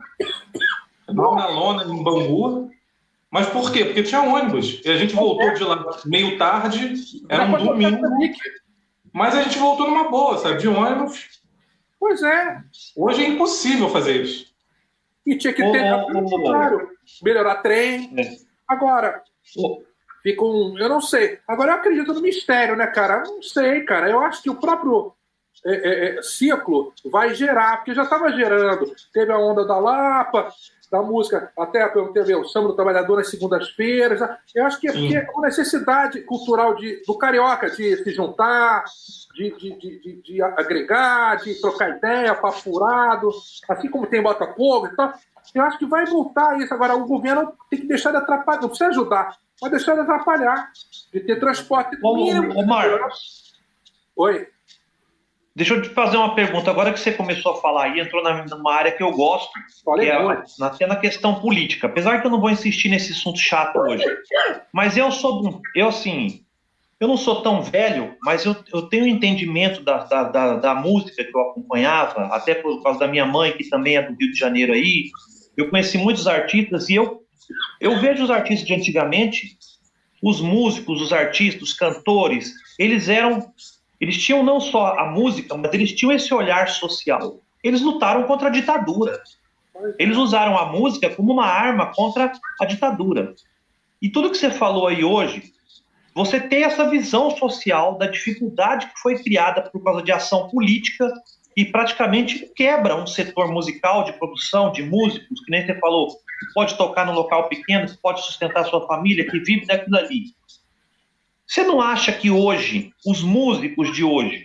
na lona em Bangu, mas por quê? Porque tinha ônibus, e a gente voltou de lá meio tarde, era um domingo, mas a gente voltou numa boa, sabe, de ônibus. Pois é. Hoje é impossível fazer isso. E tinha que ter, claro, melhorar trem. Agora, fica eu não sei. Agora eu acredito no mistério, né, cara? Eu não sei, cara. Eu acho que o próprio ciclo vai gerar, porque já estava gerando. Teve a onda da Lapa, da música, até teve o Samba do Trabalhador nas segundas-feiras. Eu acho que é uma necessidade cultural do carioca de se juntar, de agregar, de trocar ideia, papo furado, assim como tem Botafogo e tal. Eu acho que vai voltar isso. Agora, o governo tem que deixar de atrapalhar, não precisa ajudar, mas deixar de atrapalhar, de ter transporte mínimo. Ô Marcos. Oi. Deixa eu te fazer uma pergunta. Agora que você começou a falar aí, entrou numa área que eu gosto, que é até na questão política. Apesar que eu não vou insistir nesse assunto chato hoje. Mas eu não sou tão velho, mas eu tenho um entendimento da música que eu acompanhava, até por causa da minha mãe, que também é do Rio de Janeiro aí. Eu conheci muitos artistas e eu vejo os artistas de antigamente, os músicos, os artistas, os cantores, eles tinham não só a música, mas eles tinham esse olhar social. Eles lutaram contra a ditadura. Eles usaram a música como uma arma contra a ditadura. E tudo que você falou aí hoje, você tem essa visão social da dificuldade que foi criada por causa de ação política e praticamente quebra um setor musical de produção, de músicos, que nem você falou, que pode tocar no local pequeno, que pode sustentar sua família, que vive daquilo ali. Você não acha que hoje, os músicos de hoje,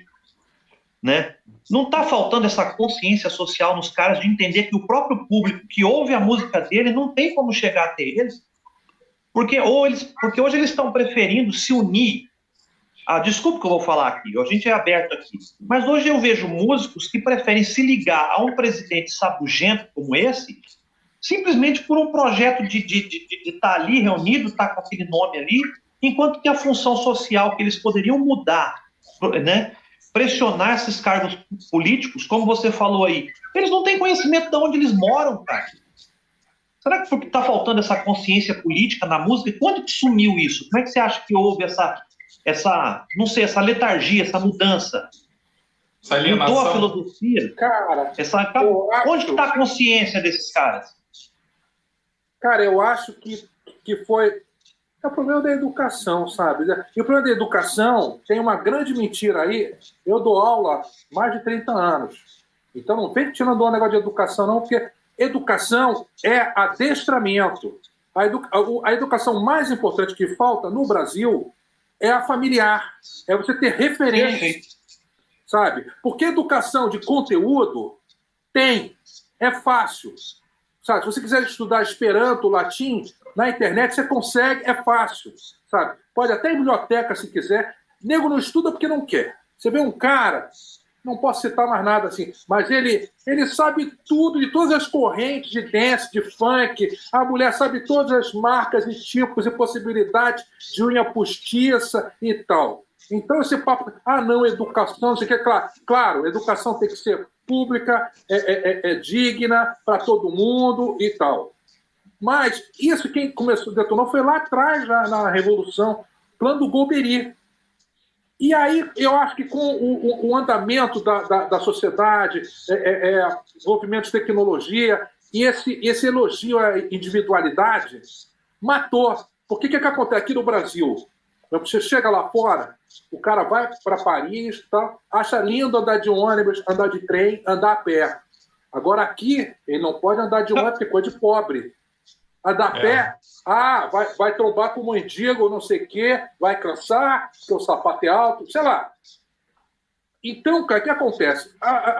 né, não está faltando essa consciência social nos caras de entender que o próprio público que ouve a música dele não tem como chegar até eles? Porque hoje eles estão preferindo se unir. Desculpa que eu vou falar aqui, a gente é aberto aqui. Mas hoje eu vejo músicos que preferem se ligar a um presidente sabugento como esse, simplesmente por um projeto de estar ali reunido, estar com aquele nome ali, enquanto que a função social que eles poderiam mudar, né, pressionar esses cargos políticos, como você falou aí, eles não têm conhecimento de onde eles moram, cara. Será que porque está faltando essa consciência política na música? E quando que sumiu isso? Como é que você acha que houve essa letargia, essa mudança? Essa alienação. Mudou a filosofia? Cara, onde que está a consciência desses caras? Cara, eu acho que foi... É o problema da educação, sabe? E o problema da educação tem uma grande mentira aí. Eu dou aula há mais de 30 anos. Então não vem tirando o negócio de educação, não, porque educação é adestramento. A educação mais importante que falta no Brasil é a familiar. É você ter referência. Sabe? Porque educação de conteúdo é é fácil. Sabe? Se você quiser estudar Esperanto, latim, na internet você consegue, é fácil. Sabe? Pode até ir em biblioteca se quiser. Nego não estuda porque não quer. Você vê um cara, não posso citar mais nada assim, mas ele sabe tudo de todas as correntes de dance, de funk. A mulher sabe todas as marcas e tipos e possibilidades de unha postiça e tal. Então esse papo, não, educação, não sei o que, claro, educação tem que ser pública, digna para todo mundo e tal. Mas isso quem começou a detonar foi lá atrás, na Revolução, plano do Golbery. E aí eu acho que com o andamento da sociedade, desenvolvimento de tecnologia e esse elogio à individualidade, matou. Porque o que acontece aqui no Brasil? Você chega lá fora, o cara vai para Paris, tá? Acha lindo andar de ônibus, andar de trem, andar a pé. Agora aqui, ele não pode andar de ônibus porque é coisa de pobre. Andar a pé, vai trombar com um mendigo, não sei o quê, vai cansar, porque o sapato é alto, sei lá. Então, cara, o que acontece?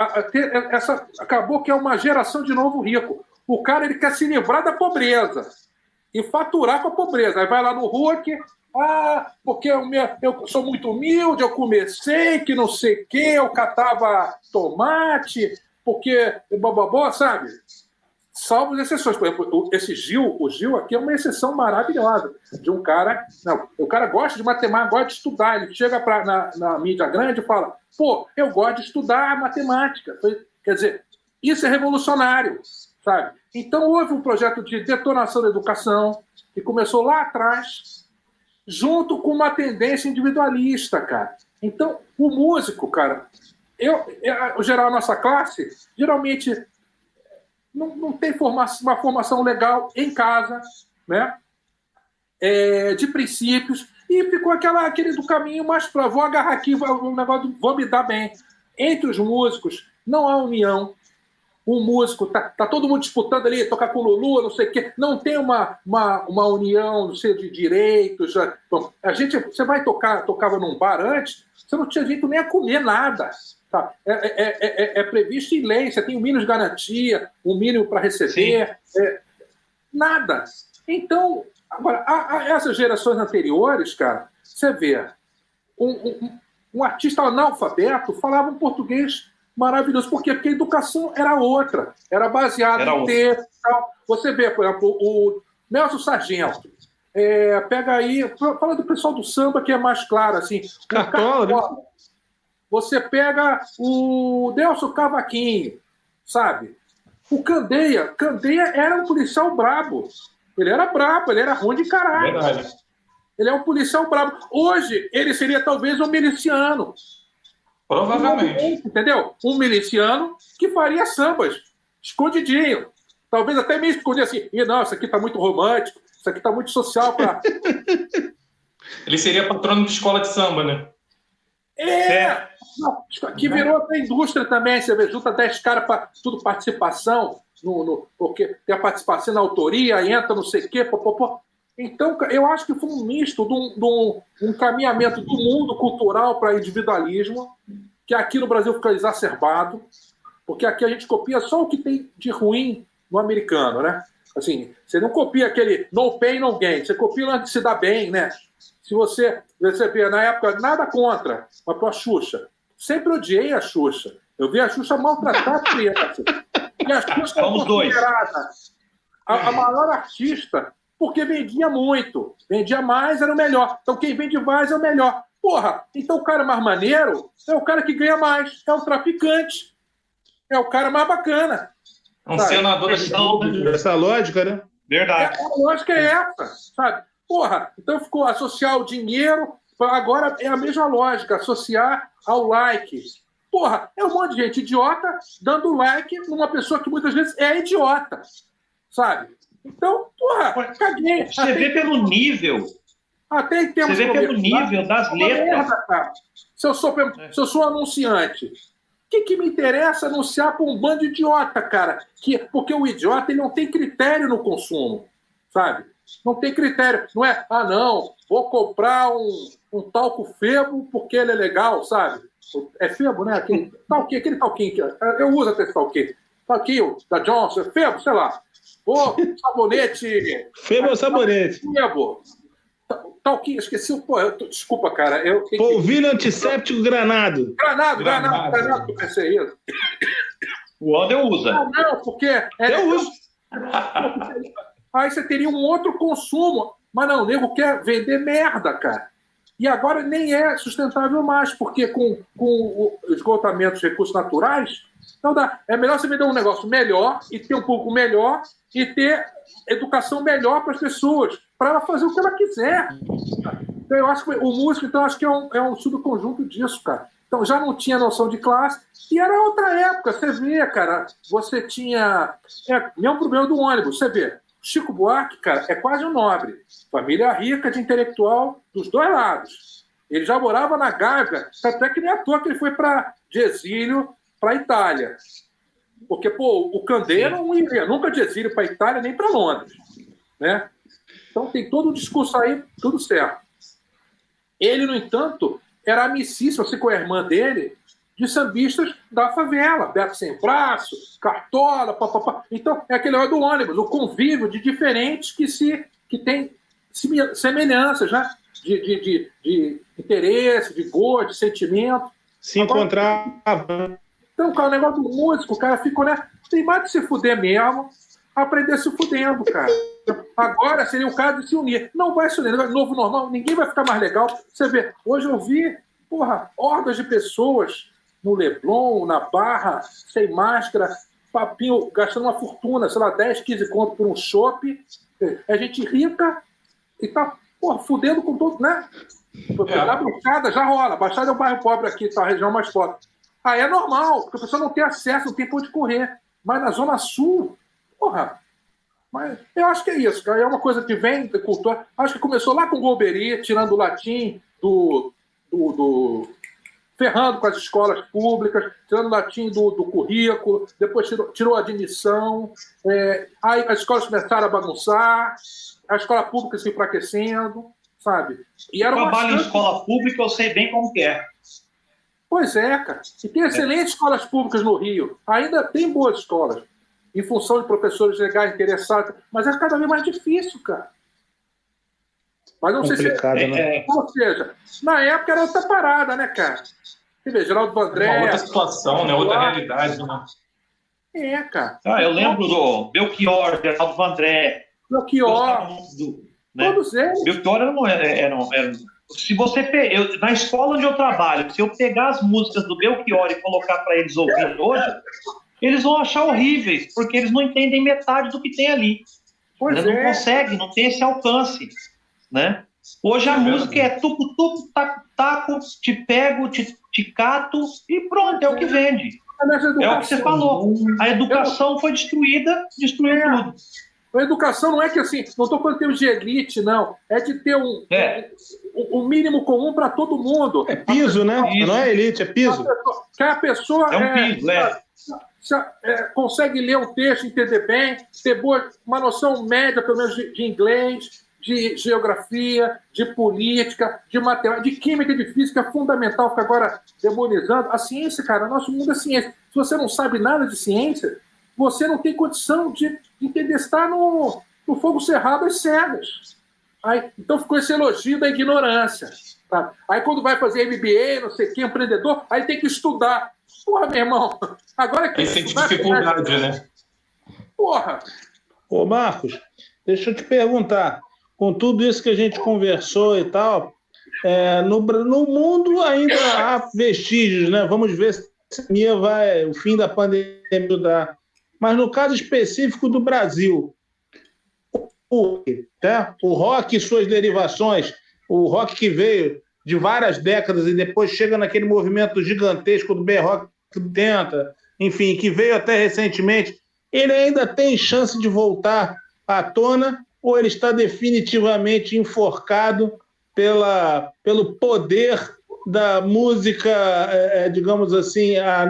Acabou que é uma geração de novo rico. O cara ele quer se livrar da pobreza e faturar com a pobreza. Aí vai lá no Hulk, porque eu sou muito humilde, eu comecei, que não sei o quê, eu catava tomate, porque bababó, sabe? Salvo as exceções. Por exemplo, o Gil aqui é uma exceção maravilhosa de um cara... Não, o cara gosta de matemática, gosta de estudar. Ele chega na mídia grande e fala, eu gosto de estudar matemática. Quer dizer, isso é revolucionário, sabe? Então houve um projeto de detonação da educação que começou lá atrás, junto com uma tendência individualista, cara. Então, o músico, cara... geral, a nossa classe, geralmente... Não tem uma formação legal em casa, né? De princípios, e ficou aquele do caminho mais para vou agarrar aqui, o negócio vou me dar bem. Entre os músicos, não há união. O músico, tá todo mundo disputando ali, tocar com o Lulu, não sei o quê. Não tem uma união, não sei, de direitos. Bom, você tocava num bar antes, você não tinha jeito nem a comer nada. Tá? É previsto em lei, você tem o mínimo de garantia, o mínimo para receber, nada. Então, agora, essas gerações anteriores, cara, você vê, um artista analfabeto falava um português maravilhoso. Por quê? Porque a educação era outra, era baseada em texto e tal. Você vê, por exemplo, o Nelson Sargento, pega aí, fala do pessoal do samba que é mais claro, assim, Cartola. Você pega o Nelson Cavaquinho, sabe? O Candeia era um policial brabo. Ele era brabo, ele era ruim de caralho. Verdade. Ele é um policial brabo. Hoje, ele seria talvez um miliciano. Provavelmente. Entendeu? Um miliciano que faria sambas, escondidinho. Talvez até meio escondido assim. Não, isso aqui tá muito romântico, isso aqui tá muito social para. Ele seria patrono de escola de samba, né? Não, que virou até indústria também. Você vê, junta 10 caras para tudo participação, porque tem a participação na autoria, entra não sei o quê, Então, eu acho que foi um misto de um caminhamento do mundo cultural para individualismo, que aqui no Brasil fica exacerbado, porque aqui a gente copia só o que tem de ruim no americano, né? Assim, você não copia aquele no pain, no gain, você copia antes de se dar bem, né? Se você vê, na época, nada contra, mas para a Xuxa. Sempre odiei a Xuxa. Eu vi a Xuxa maltratar a criança. E a Xuxa Somos dois. A maior artista, porque vendia muito. Vendia mais, era o melhor. Então quem vende mais é o melhor. Então o cara mais maneiro é o cara que ganha mais. É o traficante. É o cara mais bacana. Um senador da essa lógica, né? Verdade. A lógica é essa, sabe? Então ficou associar o dinheiro, agora é a mesma lógica, associar ao like. É um monte de gente idiota dando like numa pessoa que muitas vezes é idiota, sabe? Então, caguei. Você vê pelo nível. Até em termos você vê pelo nível das letras. Merda, cara. Se eu sou anunciante, o que me interessa anunciar para um bando de idiota, cara? Porque o idiota ele não tem critério no consumo, sabe? Não tem critério. Não é, não, vou comprar um talco Febo porque ele é legal, sabe? É Febo, né? Aquele talquinho que eu uso até esse talquinho. Tá aqui, o da Johnson, Febo, sei lá. Ô, sabonete. Febo ou sabonete? Febo. Tá aqui, esqueci. Pô, desculpa, cara. Polvilho antisséptico Granado. Granado, eu pensei isso. O André usa. Não, porque... Eu uso. Aí você teria um outro consumo. Mas não, o nego quer vender merda, cara. E agora nem é sustentável mais, porque com o esgotamento dos recursos naturais, não dá. É melhor você vender um negócio melhor e ter um público melhor e ter educação melhor para as pessoas, para ela fazer o que ela quiser. Então, eu acho que o músico, então, acho que é um subconjunto disso, cara. Então, já não tinha noção de classe, e era outra época. Você vê, cara, você tinha... mesmo problema do ônibus, você vê. Chico Buarque, cara, é quase um nobre. Família rica de intelectual dos dois lados. Ele já morava na Gávea, até que nem à toa que ele foi de exílio para a Itália. Porque, pô, o Candeiro não iria nunca de exílio para a Itália nem para Londres. Né? Então tem todo o discurso aí, tudo certo. Ele, no entanto, era amicíssimo, assim, com a irmã dele, de sambistas da favela, Beto Sem Braço, Cartola, papapá. Então, é aquele negócio do ônibus, o convívio de diferentes que tem semelhanças, né? De interesse, de gosto, de sentimento. Se encontrava. Então, cara, o negócio do músico, o cara fica, né? Tem mais de se fuder mesmo, aprender se fudendo, cara. Agora seria o caso de se unir. Não vai se unir, novo normal, ninguém vai ficar mais legal. Você vê, hoje eu vi, hordas de pessoas no Leblon, na Barra, sem máscara, papinho, gastando uma fortuna, sei lá, 10, 15 conto por um chopp. É gente rica e tá, fudendo com todo, né? Na Baixada já rola. Baixada é o bairro pobre aqui, tá? A região mais pobre. Aí é normal, porque a pessoa não tem acesso, não tem pra onde correr. Mas na Zona Sul, mas eu acho que é isso, cara. É uma coisa que vem da cultura. Acho que começou lá com o Golbery, tirando o latim ferrando com as escolas públicas, tirando o latim do currículo, depois tirou a admissão, aí as escolas começaram a bagunçar, a escola pública se enfraquecendo, sabe? E era trabalho em escola pública, eu sei bem como que é. Pois é, cara. E tem excelentes escolas públicas no Rio. Ainda tem boas escolas, em função de professores legais, interessados, mas é cada vez mais difícil, cara. Mas não sei se... né? Ou seja, na época era outra parada, né, cara? Você vê, Geraldo Vandré... Uma outra situação, né? Outra realidade, né? Cara. Eu lembro do Belchior, Geraldo Vandré. Belchior. Né? Todos eles. Belchior era se você... na escola onde eu trabalho, se eu pegar as músicas do Belchior e colocar para eles ouvirem hoje, eles vão achar horríveis, porque eles não entendem metade do que tem ali. Eles não conseguem, não tem esse alcance. Né? Hoje a música é tuco-tuco, taco-taco, te pego, te cato e pronto, é o que vende. É o que você falou. A educação foi destruiu tudo. A educação não é que assim, não estou falando em termos de elite, não. É de ter um mínimo comum para todo mundo. É piso, né? Isso. Não é elite, é piso. Que a pessoa é um piso, consegue ler um texto, entender bem, ter uma noção média, pelo menos, de inglês, de geografia, de política, de matemática, de química e de física, é fundamental, ficar agora demonizando. A ciência, cara, nosso mundo é ciência. Se você não sabe nada de ciência, você não tem condição de entender, estar no fogo cerrado às cegas. Então ficou esse elogio da ignorância. Tá? Aí quando vai fazer MBA, não sei o que, empreendedor, aí tem que estudar. Porra, meu irmão, agora que tem dificuldade, né? Porra! Ô, Marcos, deixa eu te perguntar. Com tudo isso que a gente conversou e tal, no mundo ainda há vestígios, né? Vamos ver se o fim da pandemia ajudar. Mas no caso específico do Brasil, o rock e suas derivações, o rock que veio de várias décadas e depois chega naquele movimento gigantesco do B-Rock 70, enfim, que veio até recentemente, ele ainda tem chance de voltar à tona ou ele está definitivamente enforcado pelo poder da música, digamos assim, a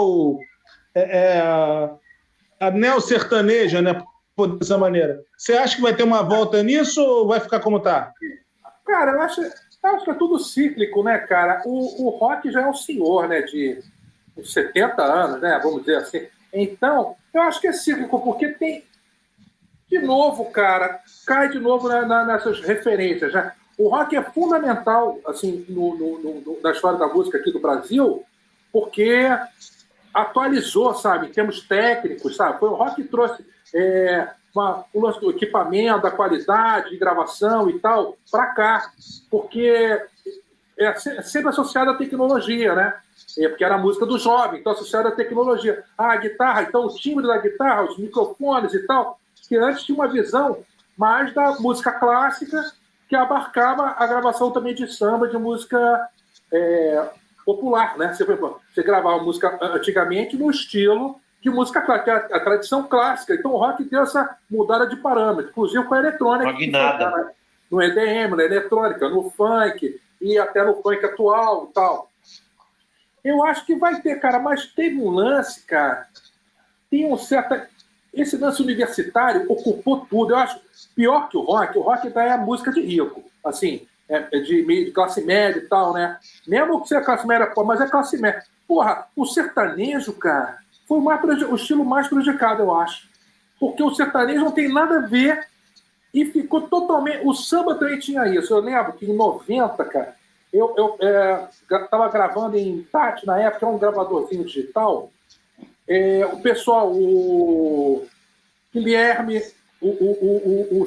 neo-sertaneja, né, dessa maneira? Você acha que vai ter uma volta nisso ou vai ficar como está? Cara, eu acho que é tudo cíclico, né, cara? O rock já é um senhor, né, de 70 anos, né, vamos dizer assim. Então, Eu acho que é cíclico, porque tem... De novo, cara, cai de novo nessas referências, né? O rock é fundamental, assim, na história da música aqui do Brasil, porque atualizou, sabe, em termos técnicos, sabe? Foi o rock que trouxe o lance do equipamento, da qualidade de gravação e tal, para cá, porque é sempre associado à tecnologia, né? Porque era a música do jovem, então associada à tecnologia. A guitarra, então o timbre da guitarra, os microfones e tal, que antes tinha uma visão mais da música clássica, que abarcava a gravação também de samba, de música popular, né? Você gravava música antigamente no estilo de música clássica, a tradição clássica. Então o rock deu essa mudada de parâmetro, inclusive com a eletrônica. No EDM, na eletrônica, no funk e até no funk atual e tal. Eu acho que vai ter, cara, mas teve um lance, cara, tem um certo... Esse lance universitário ocupou tudo. Eu acho pior que o rock ainda é a música de rico, assim, de classe média e tal, né? Mesmo que seja classe média, mas é classe média. Porra, o sertanejo, cara, foi o estilo mais prejudicado, eu acho. Porque o sertanejo não tem nada a ver e ficou totalmente... O samba também tinha isso. Eu lembro que em 90, cara, eu estava gravando em Tati, na época, um gravadorzinho digital. O pessoal, o Guilherme, o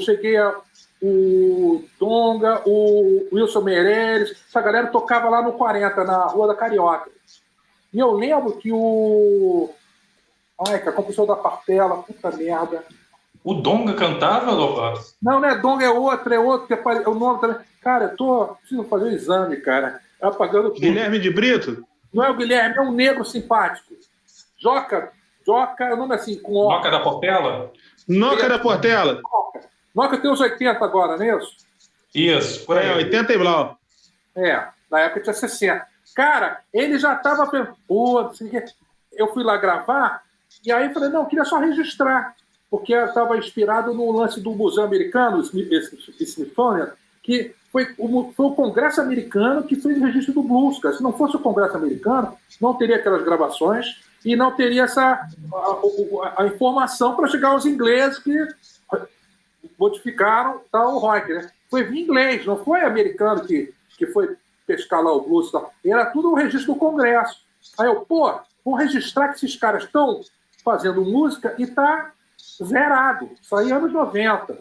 Donga, o Wilson Meirelles, essa galera tocava lá no 40, na Rua da Carioca. E eu lembro que que a composição da Partela, puta merda. O Donga cantava, Lobato? Não é Donga, é outro, que é o nome também. Cara, preciso fazer um exame, cara. Apagando tudo. Guilherme de Brito? Não é o Guilherme, é um negro simpático. Joca, o nome assim, com O. Noca da Portela? Noca da Portela. Noca tem uns 80 agora, não é isso? Isso, por aí. 80 e blau. Na época tinha 60. Cara, ele já estava... Eu fui lá gravar, e aí falei, não, eu queria só registrar, porque eu estava inspirado no lance do Museu Americano, Smithsonian, que foi o Congresso Americano que fez o registro do blues, cara. Se não fosse o Congresso Americano, não teria aquelas gravações e não teria a informação para chegar aos ingleses que modificaram o rock, né? Foi em inglês, não foi americano que foi pescar lá o blues e tal. Era tudo o registro do Congresso. Aí vou registrar que esses caras estão fazendo música e tá zerado. Isso aí é anos 90.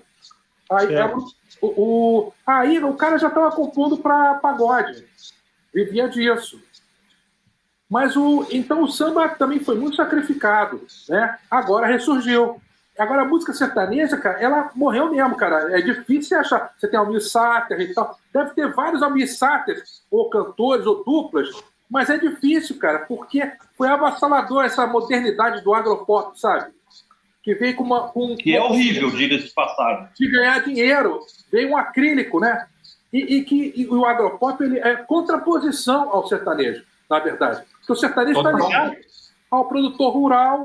Aí o cara já estava compondo para pagode. Vivia disso. Mas então o samba também foi muito sacrificado, né? Agora ressurgiu. Agora a música sertaneja, cara, ela morreu mesmo, cara. É difícil achar. Você tem Almir Sater e tal. Deve ter vários Almir Saters, ou cantores, ou duplas, mas é difícil, cara, porque foi avassalador essa modernidade do agropop, sabe? Que veio que é horrível, diga-se de passagem. De ganhar dinheiro. Veio um acrílico, né? E o agropop ele é contraposição ao sertanejo, na verdade. Porque o sertanejo está ligado ao produtor rural,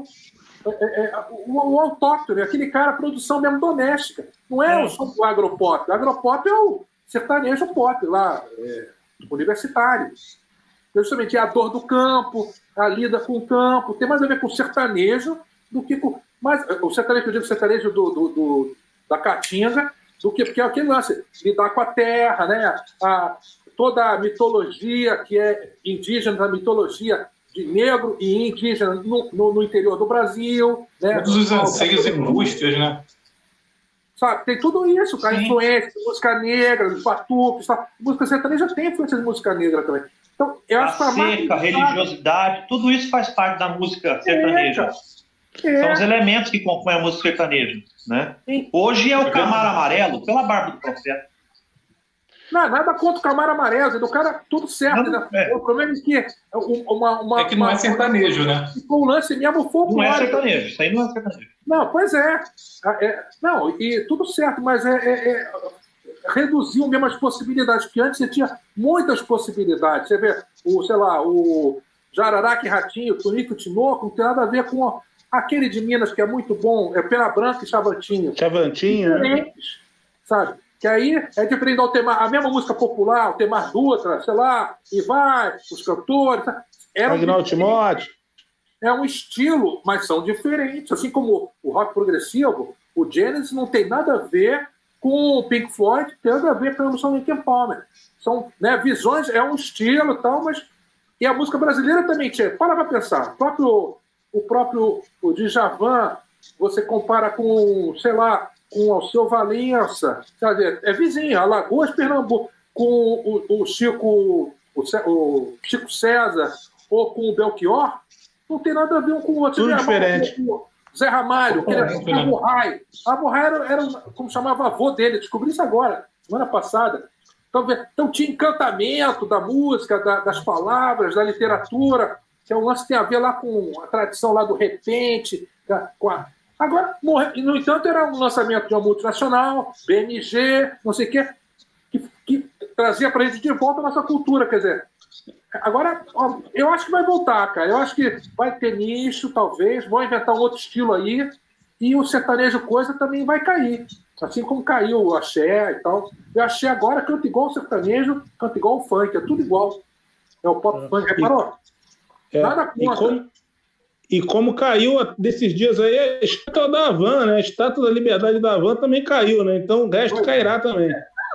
o autóctone, aquele cara, produção mesmo doméstica. Não é o som do agropop. O agropop é o sertanejo pop lá, universitário. Justamente é a dor do campo, a lida com o campo. Tem mais a ver com o sertanejo do que com... Mas o sertanejo, eu digo sertanejo da Caatinga, do que porque é aquele lance, lidar com a terra, né? Toda a mitologia que é indígena, a mitologia de negro e indígena no interior do Brasil. Né? Todos os anseios e angústias, né? Sabe, tem tudo isso, cara. Influência de música negra, de batuques, música sertaneja tem influência de música negra também. Então, eu acho que a seca, religiosidade, tudo isso faz parte da música sertaneja. São os elementos que compõem a música sertaneja, né? Hoje é o Camaro Amarelo, pela barba do profeta. Não, nada contra o Camaro Amarelo, do cara tudo certo. Não, né? O problema é que é que não é sertanejo, né? O lance mesmo folclórico. Não é sertanejo, isso aí não é sertanejo. Não, pois é. Não, e tudo certo, mas reduziu mesmo as possibilidades, porque antes você tinha muitas possibilidades. Você vê, o Jararaca e Ratinho, o Tunico e Tinoco, não tem nada a ver com aquele de Minas que é muito bom, é Pena Branca e Chavantinho. Chavantinho, né? Sabe? Que aí é diferente do Altemar, a mesma música popular, Altemar Dutra, sei lá, e vai, os cantores. Agnaldo Timóteo. é um estilo, mas são diferentes. Assim como o rock progressivo, o Genesis não tem nada a ver com o Pink Floyd, tem nada a ver com o Linkin Park. São, né, visões, é um estilo e tal, mas... E a música brasileira também tinha. Para pensar. O próprio Djavan, você compara com, sei lá, com o Alceu Valença, sabe? É vizinho, Alagoas, Pernambuco, com o Chico César ou com o Belchior, não tem nada a ver um com o outro. Tudo diferente. Zé Ramalho, Aborrai. Aborrai era como chamava o avô dele, descobri isso agora, semana passada. Então tinha encantamento da música, das palavras, da literatura, que é um lance que tem a ver lá com a tradição lá do repente. Agora, no entanto, era um lançamento de uma multinacional, BMG, não sei o quê, que trazia para a gente de volta a nossa cultura. Quer dizer, agora, eu acho que vai voltar, cara. Eu acho que vai ter nicho, talvez, vão inventar um outro estilo aí, e o sertanejo coisa também vai cair. Assim como caiu o axé e tal. E o axé agora canta igual o sertanejo, canta igual o funk, é tudo igual. É o pop funk, reparou? Nada contra. E como caiu desses dias aí a estátua da Havan, né? A estátua da liberdade da Havan também caiu, né? Então o resto cairá também.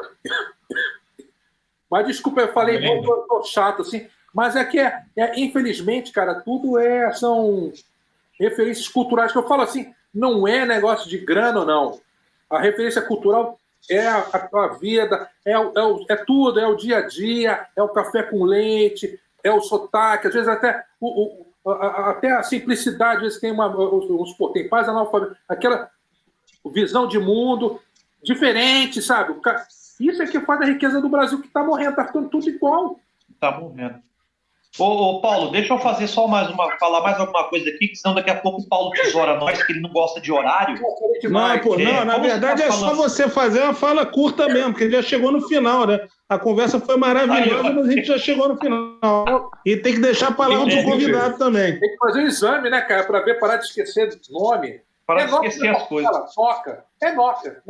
Mas desculpa, eu falei, tô chato assim. Mas é que infelizmente, cara, tudo são referências culturais que eu falo assim, não é negócio de grana ou não. A referência cultural é a vida, é tudo, é o dia a dia, é o café com leite, é o sotaque, às vezes até a simplicidade, às vezes tem pais analfabetos, aquela visão de mundo diferente, sabe? Isso é que faz a riqueza do Brasil, que está morrendo, está ficando tudo igual. Está morrendo. Ô, Paulo, deixa eu fazer falar mais alguma coisa aqui, que senão daqui a pouco o Paulo tesoura nós, que ele não gosta de horário. Não, na verdade é só você fazer uma fala curta mesmo, porque já chegou no final, né? A conversa foi maravilhosa, mas a gente já chegou no final. E tem que deixar a palavra do convidado também. Tem que fazer um exame, né, cara, para parar de esquecer do nome. Para de esquecer as coisas. Noca. É Noca.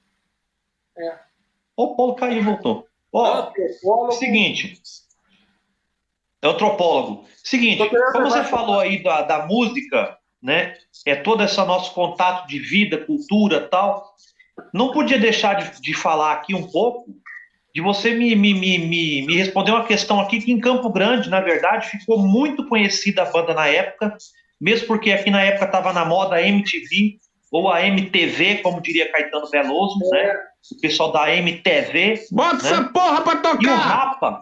O Paulo caiu e voltou. Seguinte... Antropólogo. Seguinte, como você falou aí da música, né? É todo esse nosso contato de vida, cultura, tal. Não podia deixar de falar aqui um pouco, de você me responder uma questão aqui, que em Campo Grande, na verdade, ficou muito conhecida a banda na época, mesmo porque aqui na época estava na moda a MTV, ou a MTV, como diria Caetano Veloso, né? O pessoal da MTV. Bota essa porra pra tocar! E o Rapa.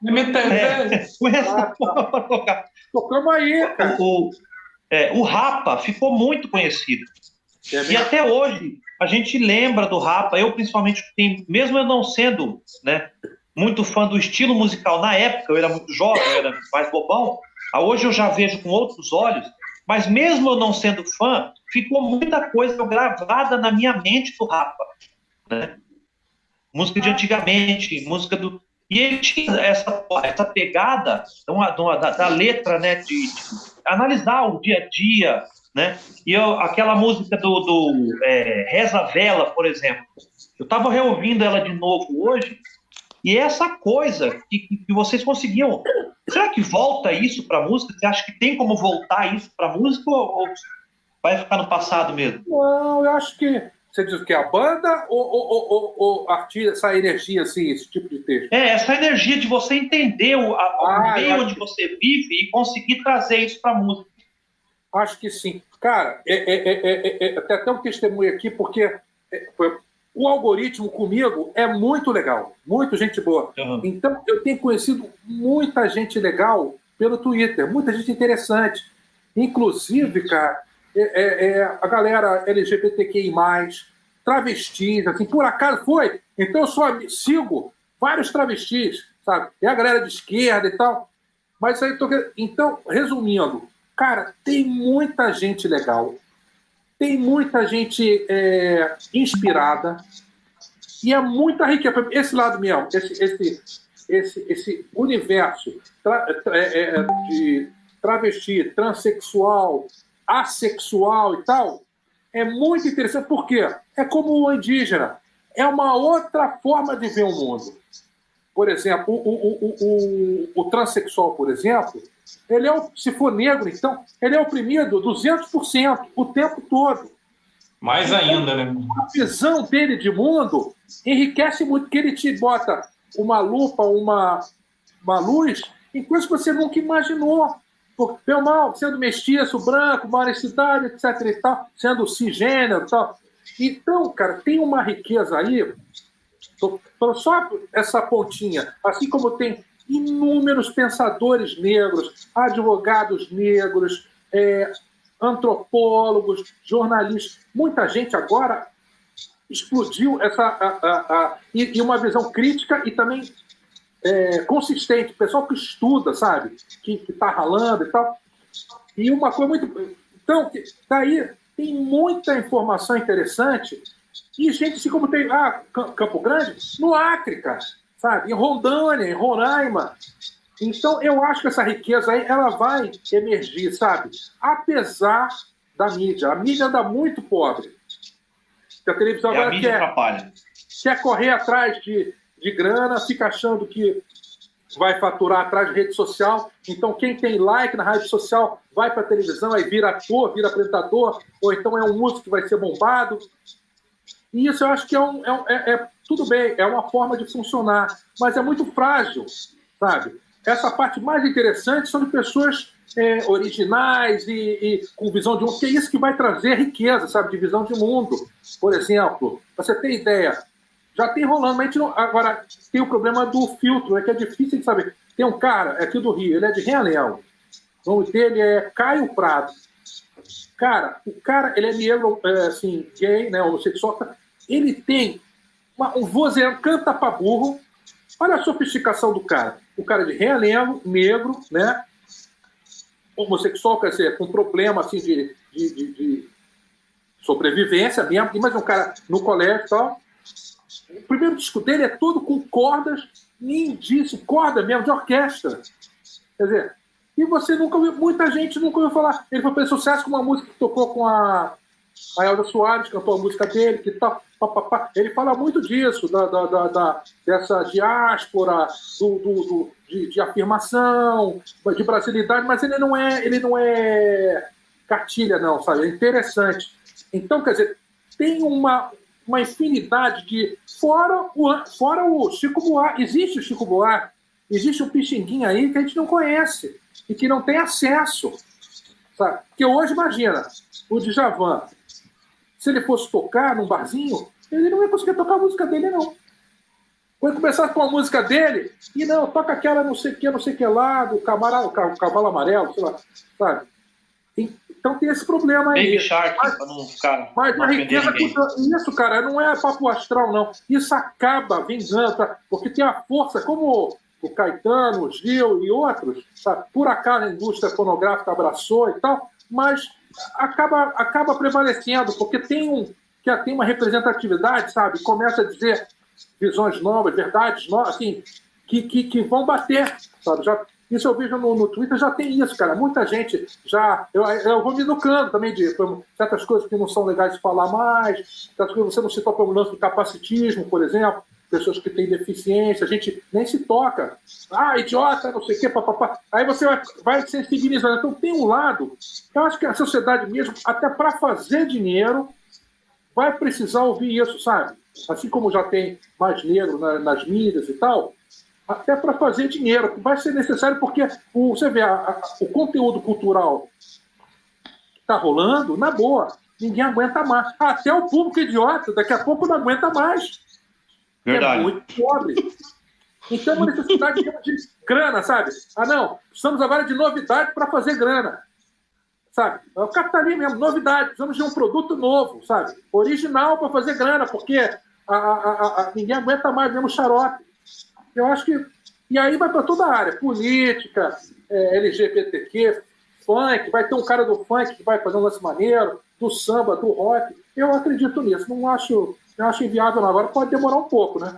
Tocamos aí, cara. O Rapa ficou muito conhecido. E até hoje a gente lembra do Rapa. Eu, principalmente, mesmo eu não sendo, né, muito fã do estilo musical na época, eu era muito jovem, eu era mais bobão. Hoje eu já vejo com outros olhos. Mas mesmo eu não sendo fã, ficou muita coisa gravada na minha mente do Rapa, né? Música de antigamente, música do... E ele tinha essa pegada da letra, né, de analisar o dia a dia, né? E aquela música do Reza Vela, por exemplo. Eu estava reouvindo ela de novo hoje, e essa coisa que vocês conseguiam... Será que volta isso para a música? Você acha que tem como voltar isso para a música ou vai ficar no passado mesmo? Não, eu acho que... Você diz o que? A banda ou artista, essa energia, assim, esse tipo de texto? Essa energia de você entender o meio onde você vive e conseguir trazer isso para a música. Acho que sim. Cara, tem até um testemunho aqui, porque o algoritmo comigo é muito legal, muito gente boa. Uhum. Então, eu tenho conhecido muita gente legal pelo Twitter, muita gente interessante. Inclusive, cara... a galera LGBTQI+, travestis, assim, por acaso foi. Então eu só sigo vários travestis, sabe? É a galera de esquerda e tal. Mas aí então, resumindo, cara, tem muita gente legal, tem muita gente inspirada e é muita riqueza. Esse lado mesmo, esse universo de travesti, transexual, assexual e tal, é muito interessante. Por quê? É como o indígena. É uma outra forma de ver o mundo. Por exemplo, o transexual, por exemplo, se for negro, então, ele é oprimido 200% o tempo todo. Mais ainda, né? A visão dele de mundo enriquece muito, porque ele te bota uma lupa, uma luz, em coisas que você nunca imaginou. Pelo mal, sendo mestiço, branco, mora em cidade, etc. e tal, sendo cisgênero e tal. Então, cara, tem uma riqueza aí, só essa pontinha, assim como tem inúmeros pensadores negros, advogados negros, antropólogos, jornalistas, muita gente agora explodiu e uma visão crítica e também consistente, pessoal que estuda, sabe, que está ralando e tal. E uma coisa muito... Então, daí tem muita informação interessante e gente assim como tem Campo Grande, no Acre, cara, sabe, em Rondônia, em Roraima. Então, eu acho que essa riqueza aí, ela vai emergir, sabe? Apesar da mídia. A mídia anda muito pobre. A televisão agora quer correr atrás de grana, fica achando que vai faturar atrás de rede social. Então, quem tem like na rede social vai para a televisão, aí vira ator, vira apresentador, ou então é um músico que vai ser bombado. E isso eu acho que tudo bem, é uma forma de funcionar, mas é muito frágil, sabe? Essa parte mais interessante são de pessoas originais e com visão de mundo, que é isso que vai trazer riqueza, sabe? De visão de mundo. Por exemplo, pra você ter ideia, já tem rolando, mas a gente não... Agora, tem o problema do filtro, né, que é difícil de saber. Tem um cara aqui do Rio, ele é de Realengo. O nome dele é Caio Prado. Cara, ele é negro, assim, gay, né, homossexual. Ele tem um vozeirão, canta pra burro. Olha a sofisticação do cara. O cara de Realengo, negro, né? Homossexual, quer dizer, com problema assim, de sobrevivência mesmo, mas um cara no colégio e tal. O primeiro disco dele é todo com cordas, lindíssimo, corda mesmo, de orquestra. Quer dizer, e você nunca ouviu, muita gente nunca ouviu falar. Ele foi fazer sucesso com uma música que tocou com a Elza Soares, cantou a música dele, que tal. Ele fala muito disso, dessa diáspora, de afirmação, de brasilidade, mas ele não é cartilha, não, sabe? É interessante. Então, quer dizer, tem uma infinidade de... Fora o Chico Buarque. Existe o Chico Buarque, existe um Pixinguinha aí que a gente não conhece e que não tem acesso, sabe? Porque hoje, imagina, o Djavan, se ele fosse tocar num barzinho, ele não ia conseguir tocar a música dele, não. Quando começar com a música dele, e não, toca aquela não sei o que lá, do cavalo amarelo, sei lá, sabe? Então tem esse problema aí. Baby Shark, pra não ficar... Mas a riqueza... Isso, cara, não é papo astral, não. Isso acaba vingando, tá? Porque tem a força, como o Caetano, o Gil e outros, tá? Por acaso a indústria fonográfica abraçou e tal, mas acaba prevalecendo, porque tem uma representatividade, sabe? Começa a dizer visões novas, verdades novas, assim, que vão bater, sabe? Isso eu vejo no Twitter, já tem isso, cara. Muita gente já... Eu vou me educando também de certas coisas que não são legais de falar mais, certas coisas que você não citou pelo lance do capacitismo, por exemplo, pessoas que têm deficiência, a gente nem se toca. Idiota, não sei o quê, papapá. Aí você vai sensibilizando. Então tem um lado, eu acho que a sociedade mesmo, até para fazer dinheiro, vai precisar ouvir isso, sabe? Assim como já tem mais negro nas mídias e tal, até para fazer dinheiro, vai ser necessário, porque você vê, o conteúdo cultural que está rolando, na boa, ninguém aguenta mais. Até o público idiota, daqui a pouco não aguenta mais. Verdade. É muito pobre. Então, uma necessidade de grana, sabe? Não, precisamos agora de novidade para fazer grana. Sabe? É o capitalismo mesmo, novidade. Precisamos de um produto novo, sabe? Original para fazer grana, porque ninguém aguenta mais mesmo xarope. Eu acho que... E aí vai para toda a área. Política, LGBTQ, funk. Vai ter um cara do funk que vai fazer um lance maneiro, do samba, do rock. Eu acredito nisso. Não acho... Eu acho inviável agora, pode demorar um pouco, né?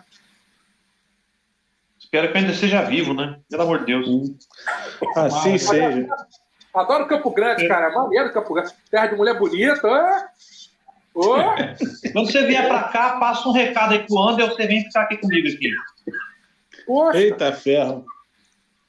Espero que ainda seja vivo, né? Pelo amor de Deus. Assim seja. Adoro Campo Grande, cara. Maneiro Campo Grande. Terra de mulher bonita. Quando você vier pra cá, passa um recado aí pro Ander, você vem ficar aqui comigo aqui. Poxa. Eita ferro.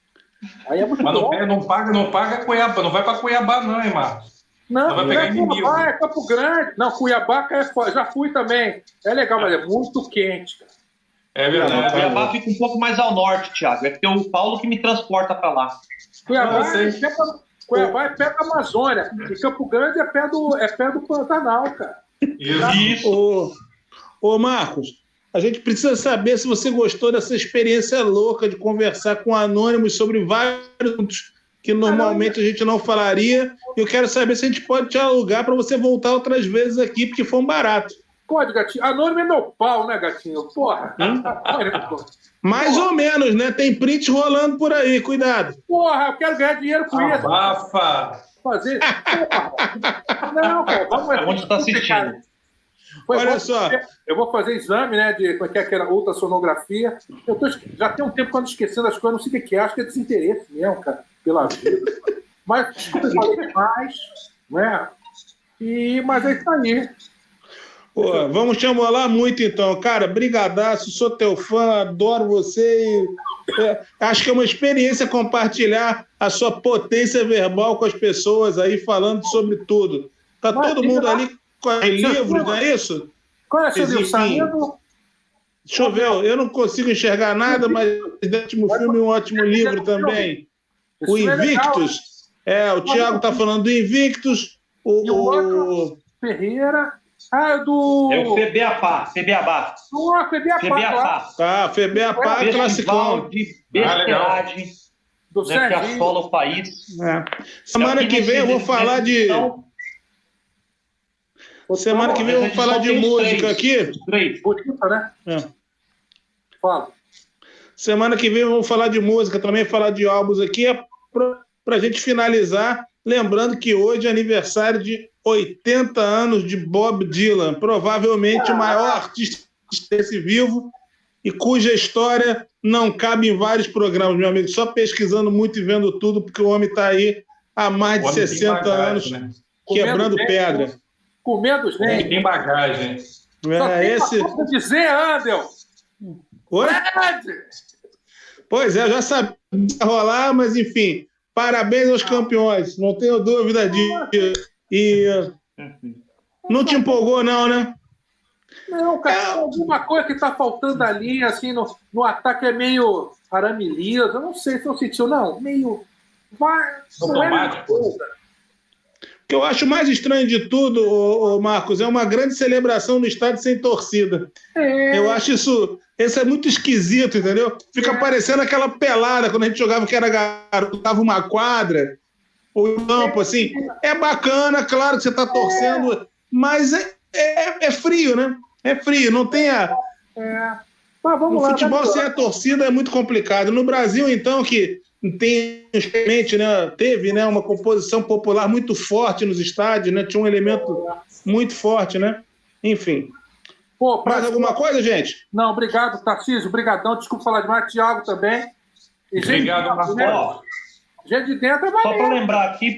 Aí é muito Mas bom. não paga Cuiabá, não vai para Cuiabá não, hein, Marcos? Não vai pegar inimigo. Cuiabá, é Campo Grande. Não, Cuiabá já fui também. É legal, mas é muito quente, cara. É verdade. Cuiabá fica um pouco mais ao norte, Thiago. É porque o Paulo que me transporta para lá. Cuiabá é pé da Amazônia. E Campo Grande é pé do Pantanal, cara. Isso. Ô, Marcos, a gente precisa saber se você gostou dessa experiência louca de conversar com anônimos sobre vários assuntos que normalmente a gente não falaria. Eu quero saber se a gente pode te alugar para você voltar outras vezes aqui, porque foi um barato. Pode, gatinho. Anônimo é meu pau, né, gatinho? Porra. Mais ou menos, né? Tem print rolando por aí, cuidado. Porra, eu quero ganhar dinheiro com isso. Abafa! Fazer. Porra. Não, cara, vamos... Onde está assistindo? Olha só. Eu vou fazer exame, né, de aquela ultrassonografia. Já tem um tempo que eu ando esquecendo as coisas, não sei o que é, acho que é desinteresse mesmo, cara, pela vida. Mas eu falei demais, né? Mas é isso aí. Pô, vamos te amolar muito, então. Cara, brigadaço, sou teu fã, adoro você. Acho que é uma experiência compartilhar a sua potência verbal com as pessoas aí, falando sobre tudo. Tá todo mundo ali com livros, não é isso? Qual é o seu livro? Saindo? Deixa eu ver, eu não consigo enxergar nada, mas o último filme é um ótimo livro também. O Invictus. O Thiago tá falando do Invictus. E o outro, Ferreira... É o Febeapá. Febeapá. Tá, Febeapá, classicão. De besteiragem, do que assola o país. Semana que vem eu vou falar de... Semana que vem eu vou falar de música aqui. Bonita, né? Fala. Semana que vem eu vou falar de música também, falar de álbuns aqui, pra gente finalizar. Lembrando que hoje é aniversário de 80 anos de Bob Dylan, provavelmente o maior artista desse vivo e cuja história não cabe em vários programas, meu amigo. Só pesquisando muito e vendo tudo, porque o homem está aí há mais de 60 anos, né? Quebrando pedra. Comendo os dentes. Tem bagagem. Só tem esse... uma coisa a dizer, Andel. Oi? Pois é, eu já sabia que ia rolar, mas enfim... Parabéns aos campeões, não tenho dúvida disso. E não te empolgou, não, né? Não, cara, alguma coisa que está faltando ali, assim, no ataque é meio aramilido. Eu não sei se eu sentiu, não. Meio. Automático. O que eu acho mais estranho de tudo, Marcos, é uma grande celebração no estádio sem torcida. Eu acho isso é muito esquisito, entendeu? Fica parecendo aquela pelada quando a gente jogava que era garoto, tava uma quadra, ou um campo, assim. É bacana, claro que você está torcendo, mas é frio, né? É frio, não tem a... Mas vamos no lá, futebol sem a torcida é muito complicado. No Brasil, então, que tem, né, teve, né, uma composição popular muito forte nos estádios, né? Tinha um elemento muito forte, né? Enfim. Pô, mais alguma coisa, gente? Não, obrigado, Tarcísio. Obrigadão. Desculpa falar demais. Thiago também. E obrigado, Marcos. Gente de dentro é maneiro. Só para lembrar aqui,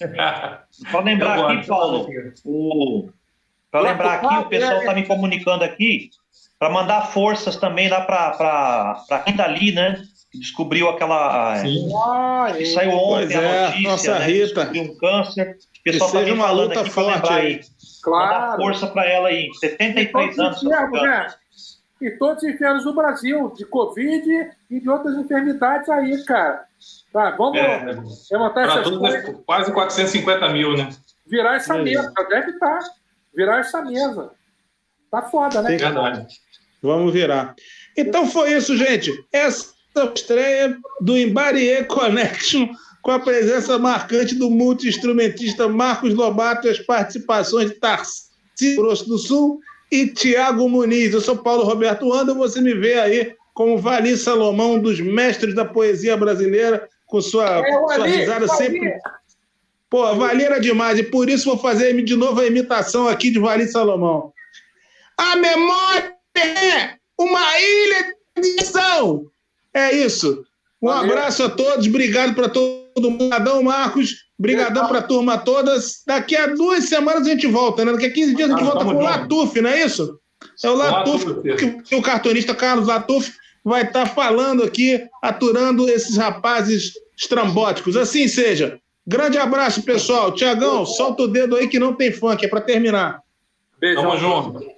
Paulo, para lembrar aqui, o pessoal está me comunicando aqui para mandar forças também lá para quem dali, né? Descobriu aquela... que saiu ontem a notícia, nossa, né? Rita. Descobriu um câncer. O pessoal está me falando aqui para lembrar aí. Claro. Mandar força para ela aí. 73 anos. Né? E todos os infernos do Brasil, de Covid e de outras enfermidades aí, cara. Tá, vamos levantar essas coisas. Quase 450 mil, né? Virar essa mesa. Já deve estar. Virar essa mesa. Tá foda, né? Verdade. Vamos virar. Então foi isso, gente. Essa estreia do Imbarie Connection, com a presença marcante do multi-instrumentista Marcos Lobato e as participações de Tarcísio Grosso do Sul e Thiago Muniz. Eu sou Paulo Roberto Anda, você me vê aí como Vali Salomão, um dos mestres da poesia brasileira, com sua risada sempre... Pô, Vali era demais, e por isso vou fazer de novo a imitação aqui de Vali Salomão. A memória é uma ilha de ação. É isso. Um abraço a todos, obrigado para todo mundo. Obrigadão, Marcos. Obrigadão para a turma todas. Daqui a 2 semanas a gente volta, né? Daqui a 15 dias a gente volta com o Latuf, não é isso? É o Latuf, que o cartunista Carlos Latuf vai estar falando aqui, aturando esses rapazes estrambóticos. Assim seja. Grande abraço, pessoal. Tiagão, solta o dedo aí que não tem funk, é para terminar. Beijão. Tamo junto.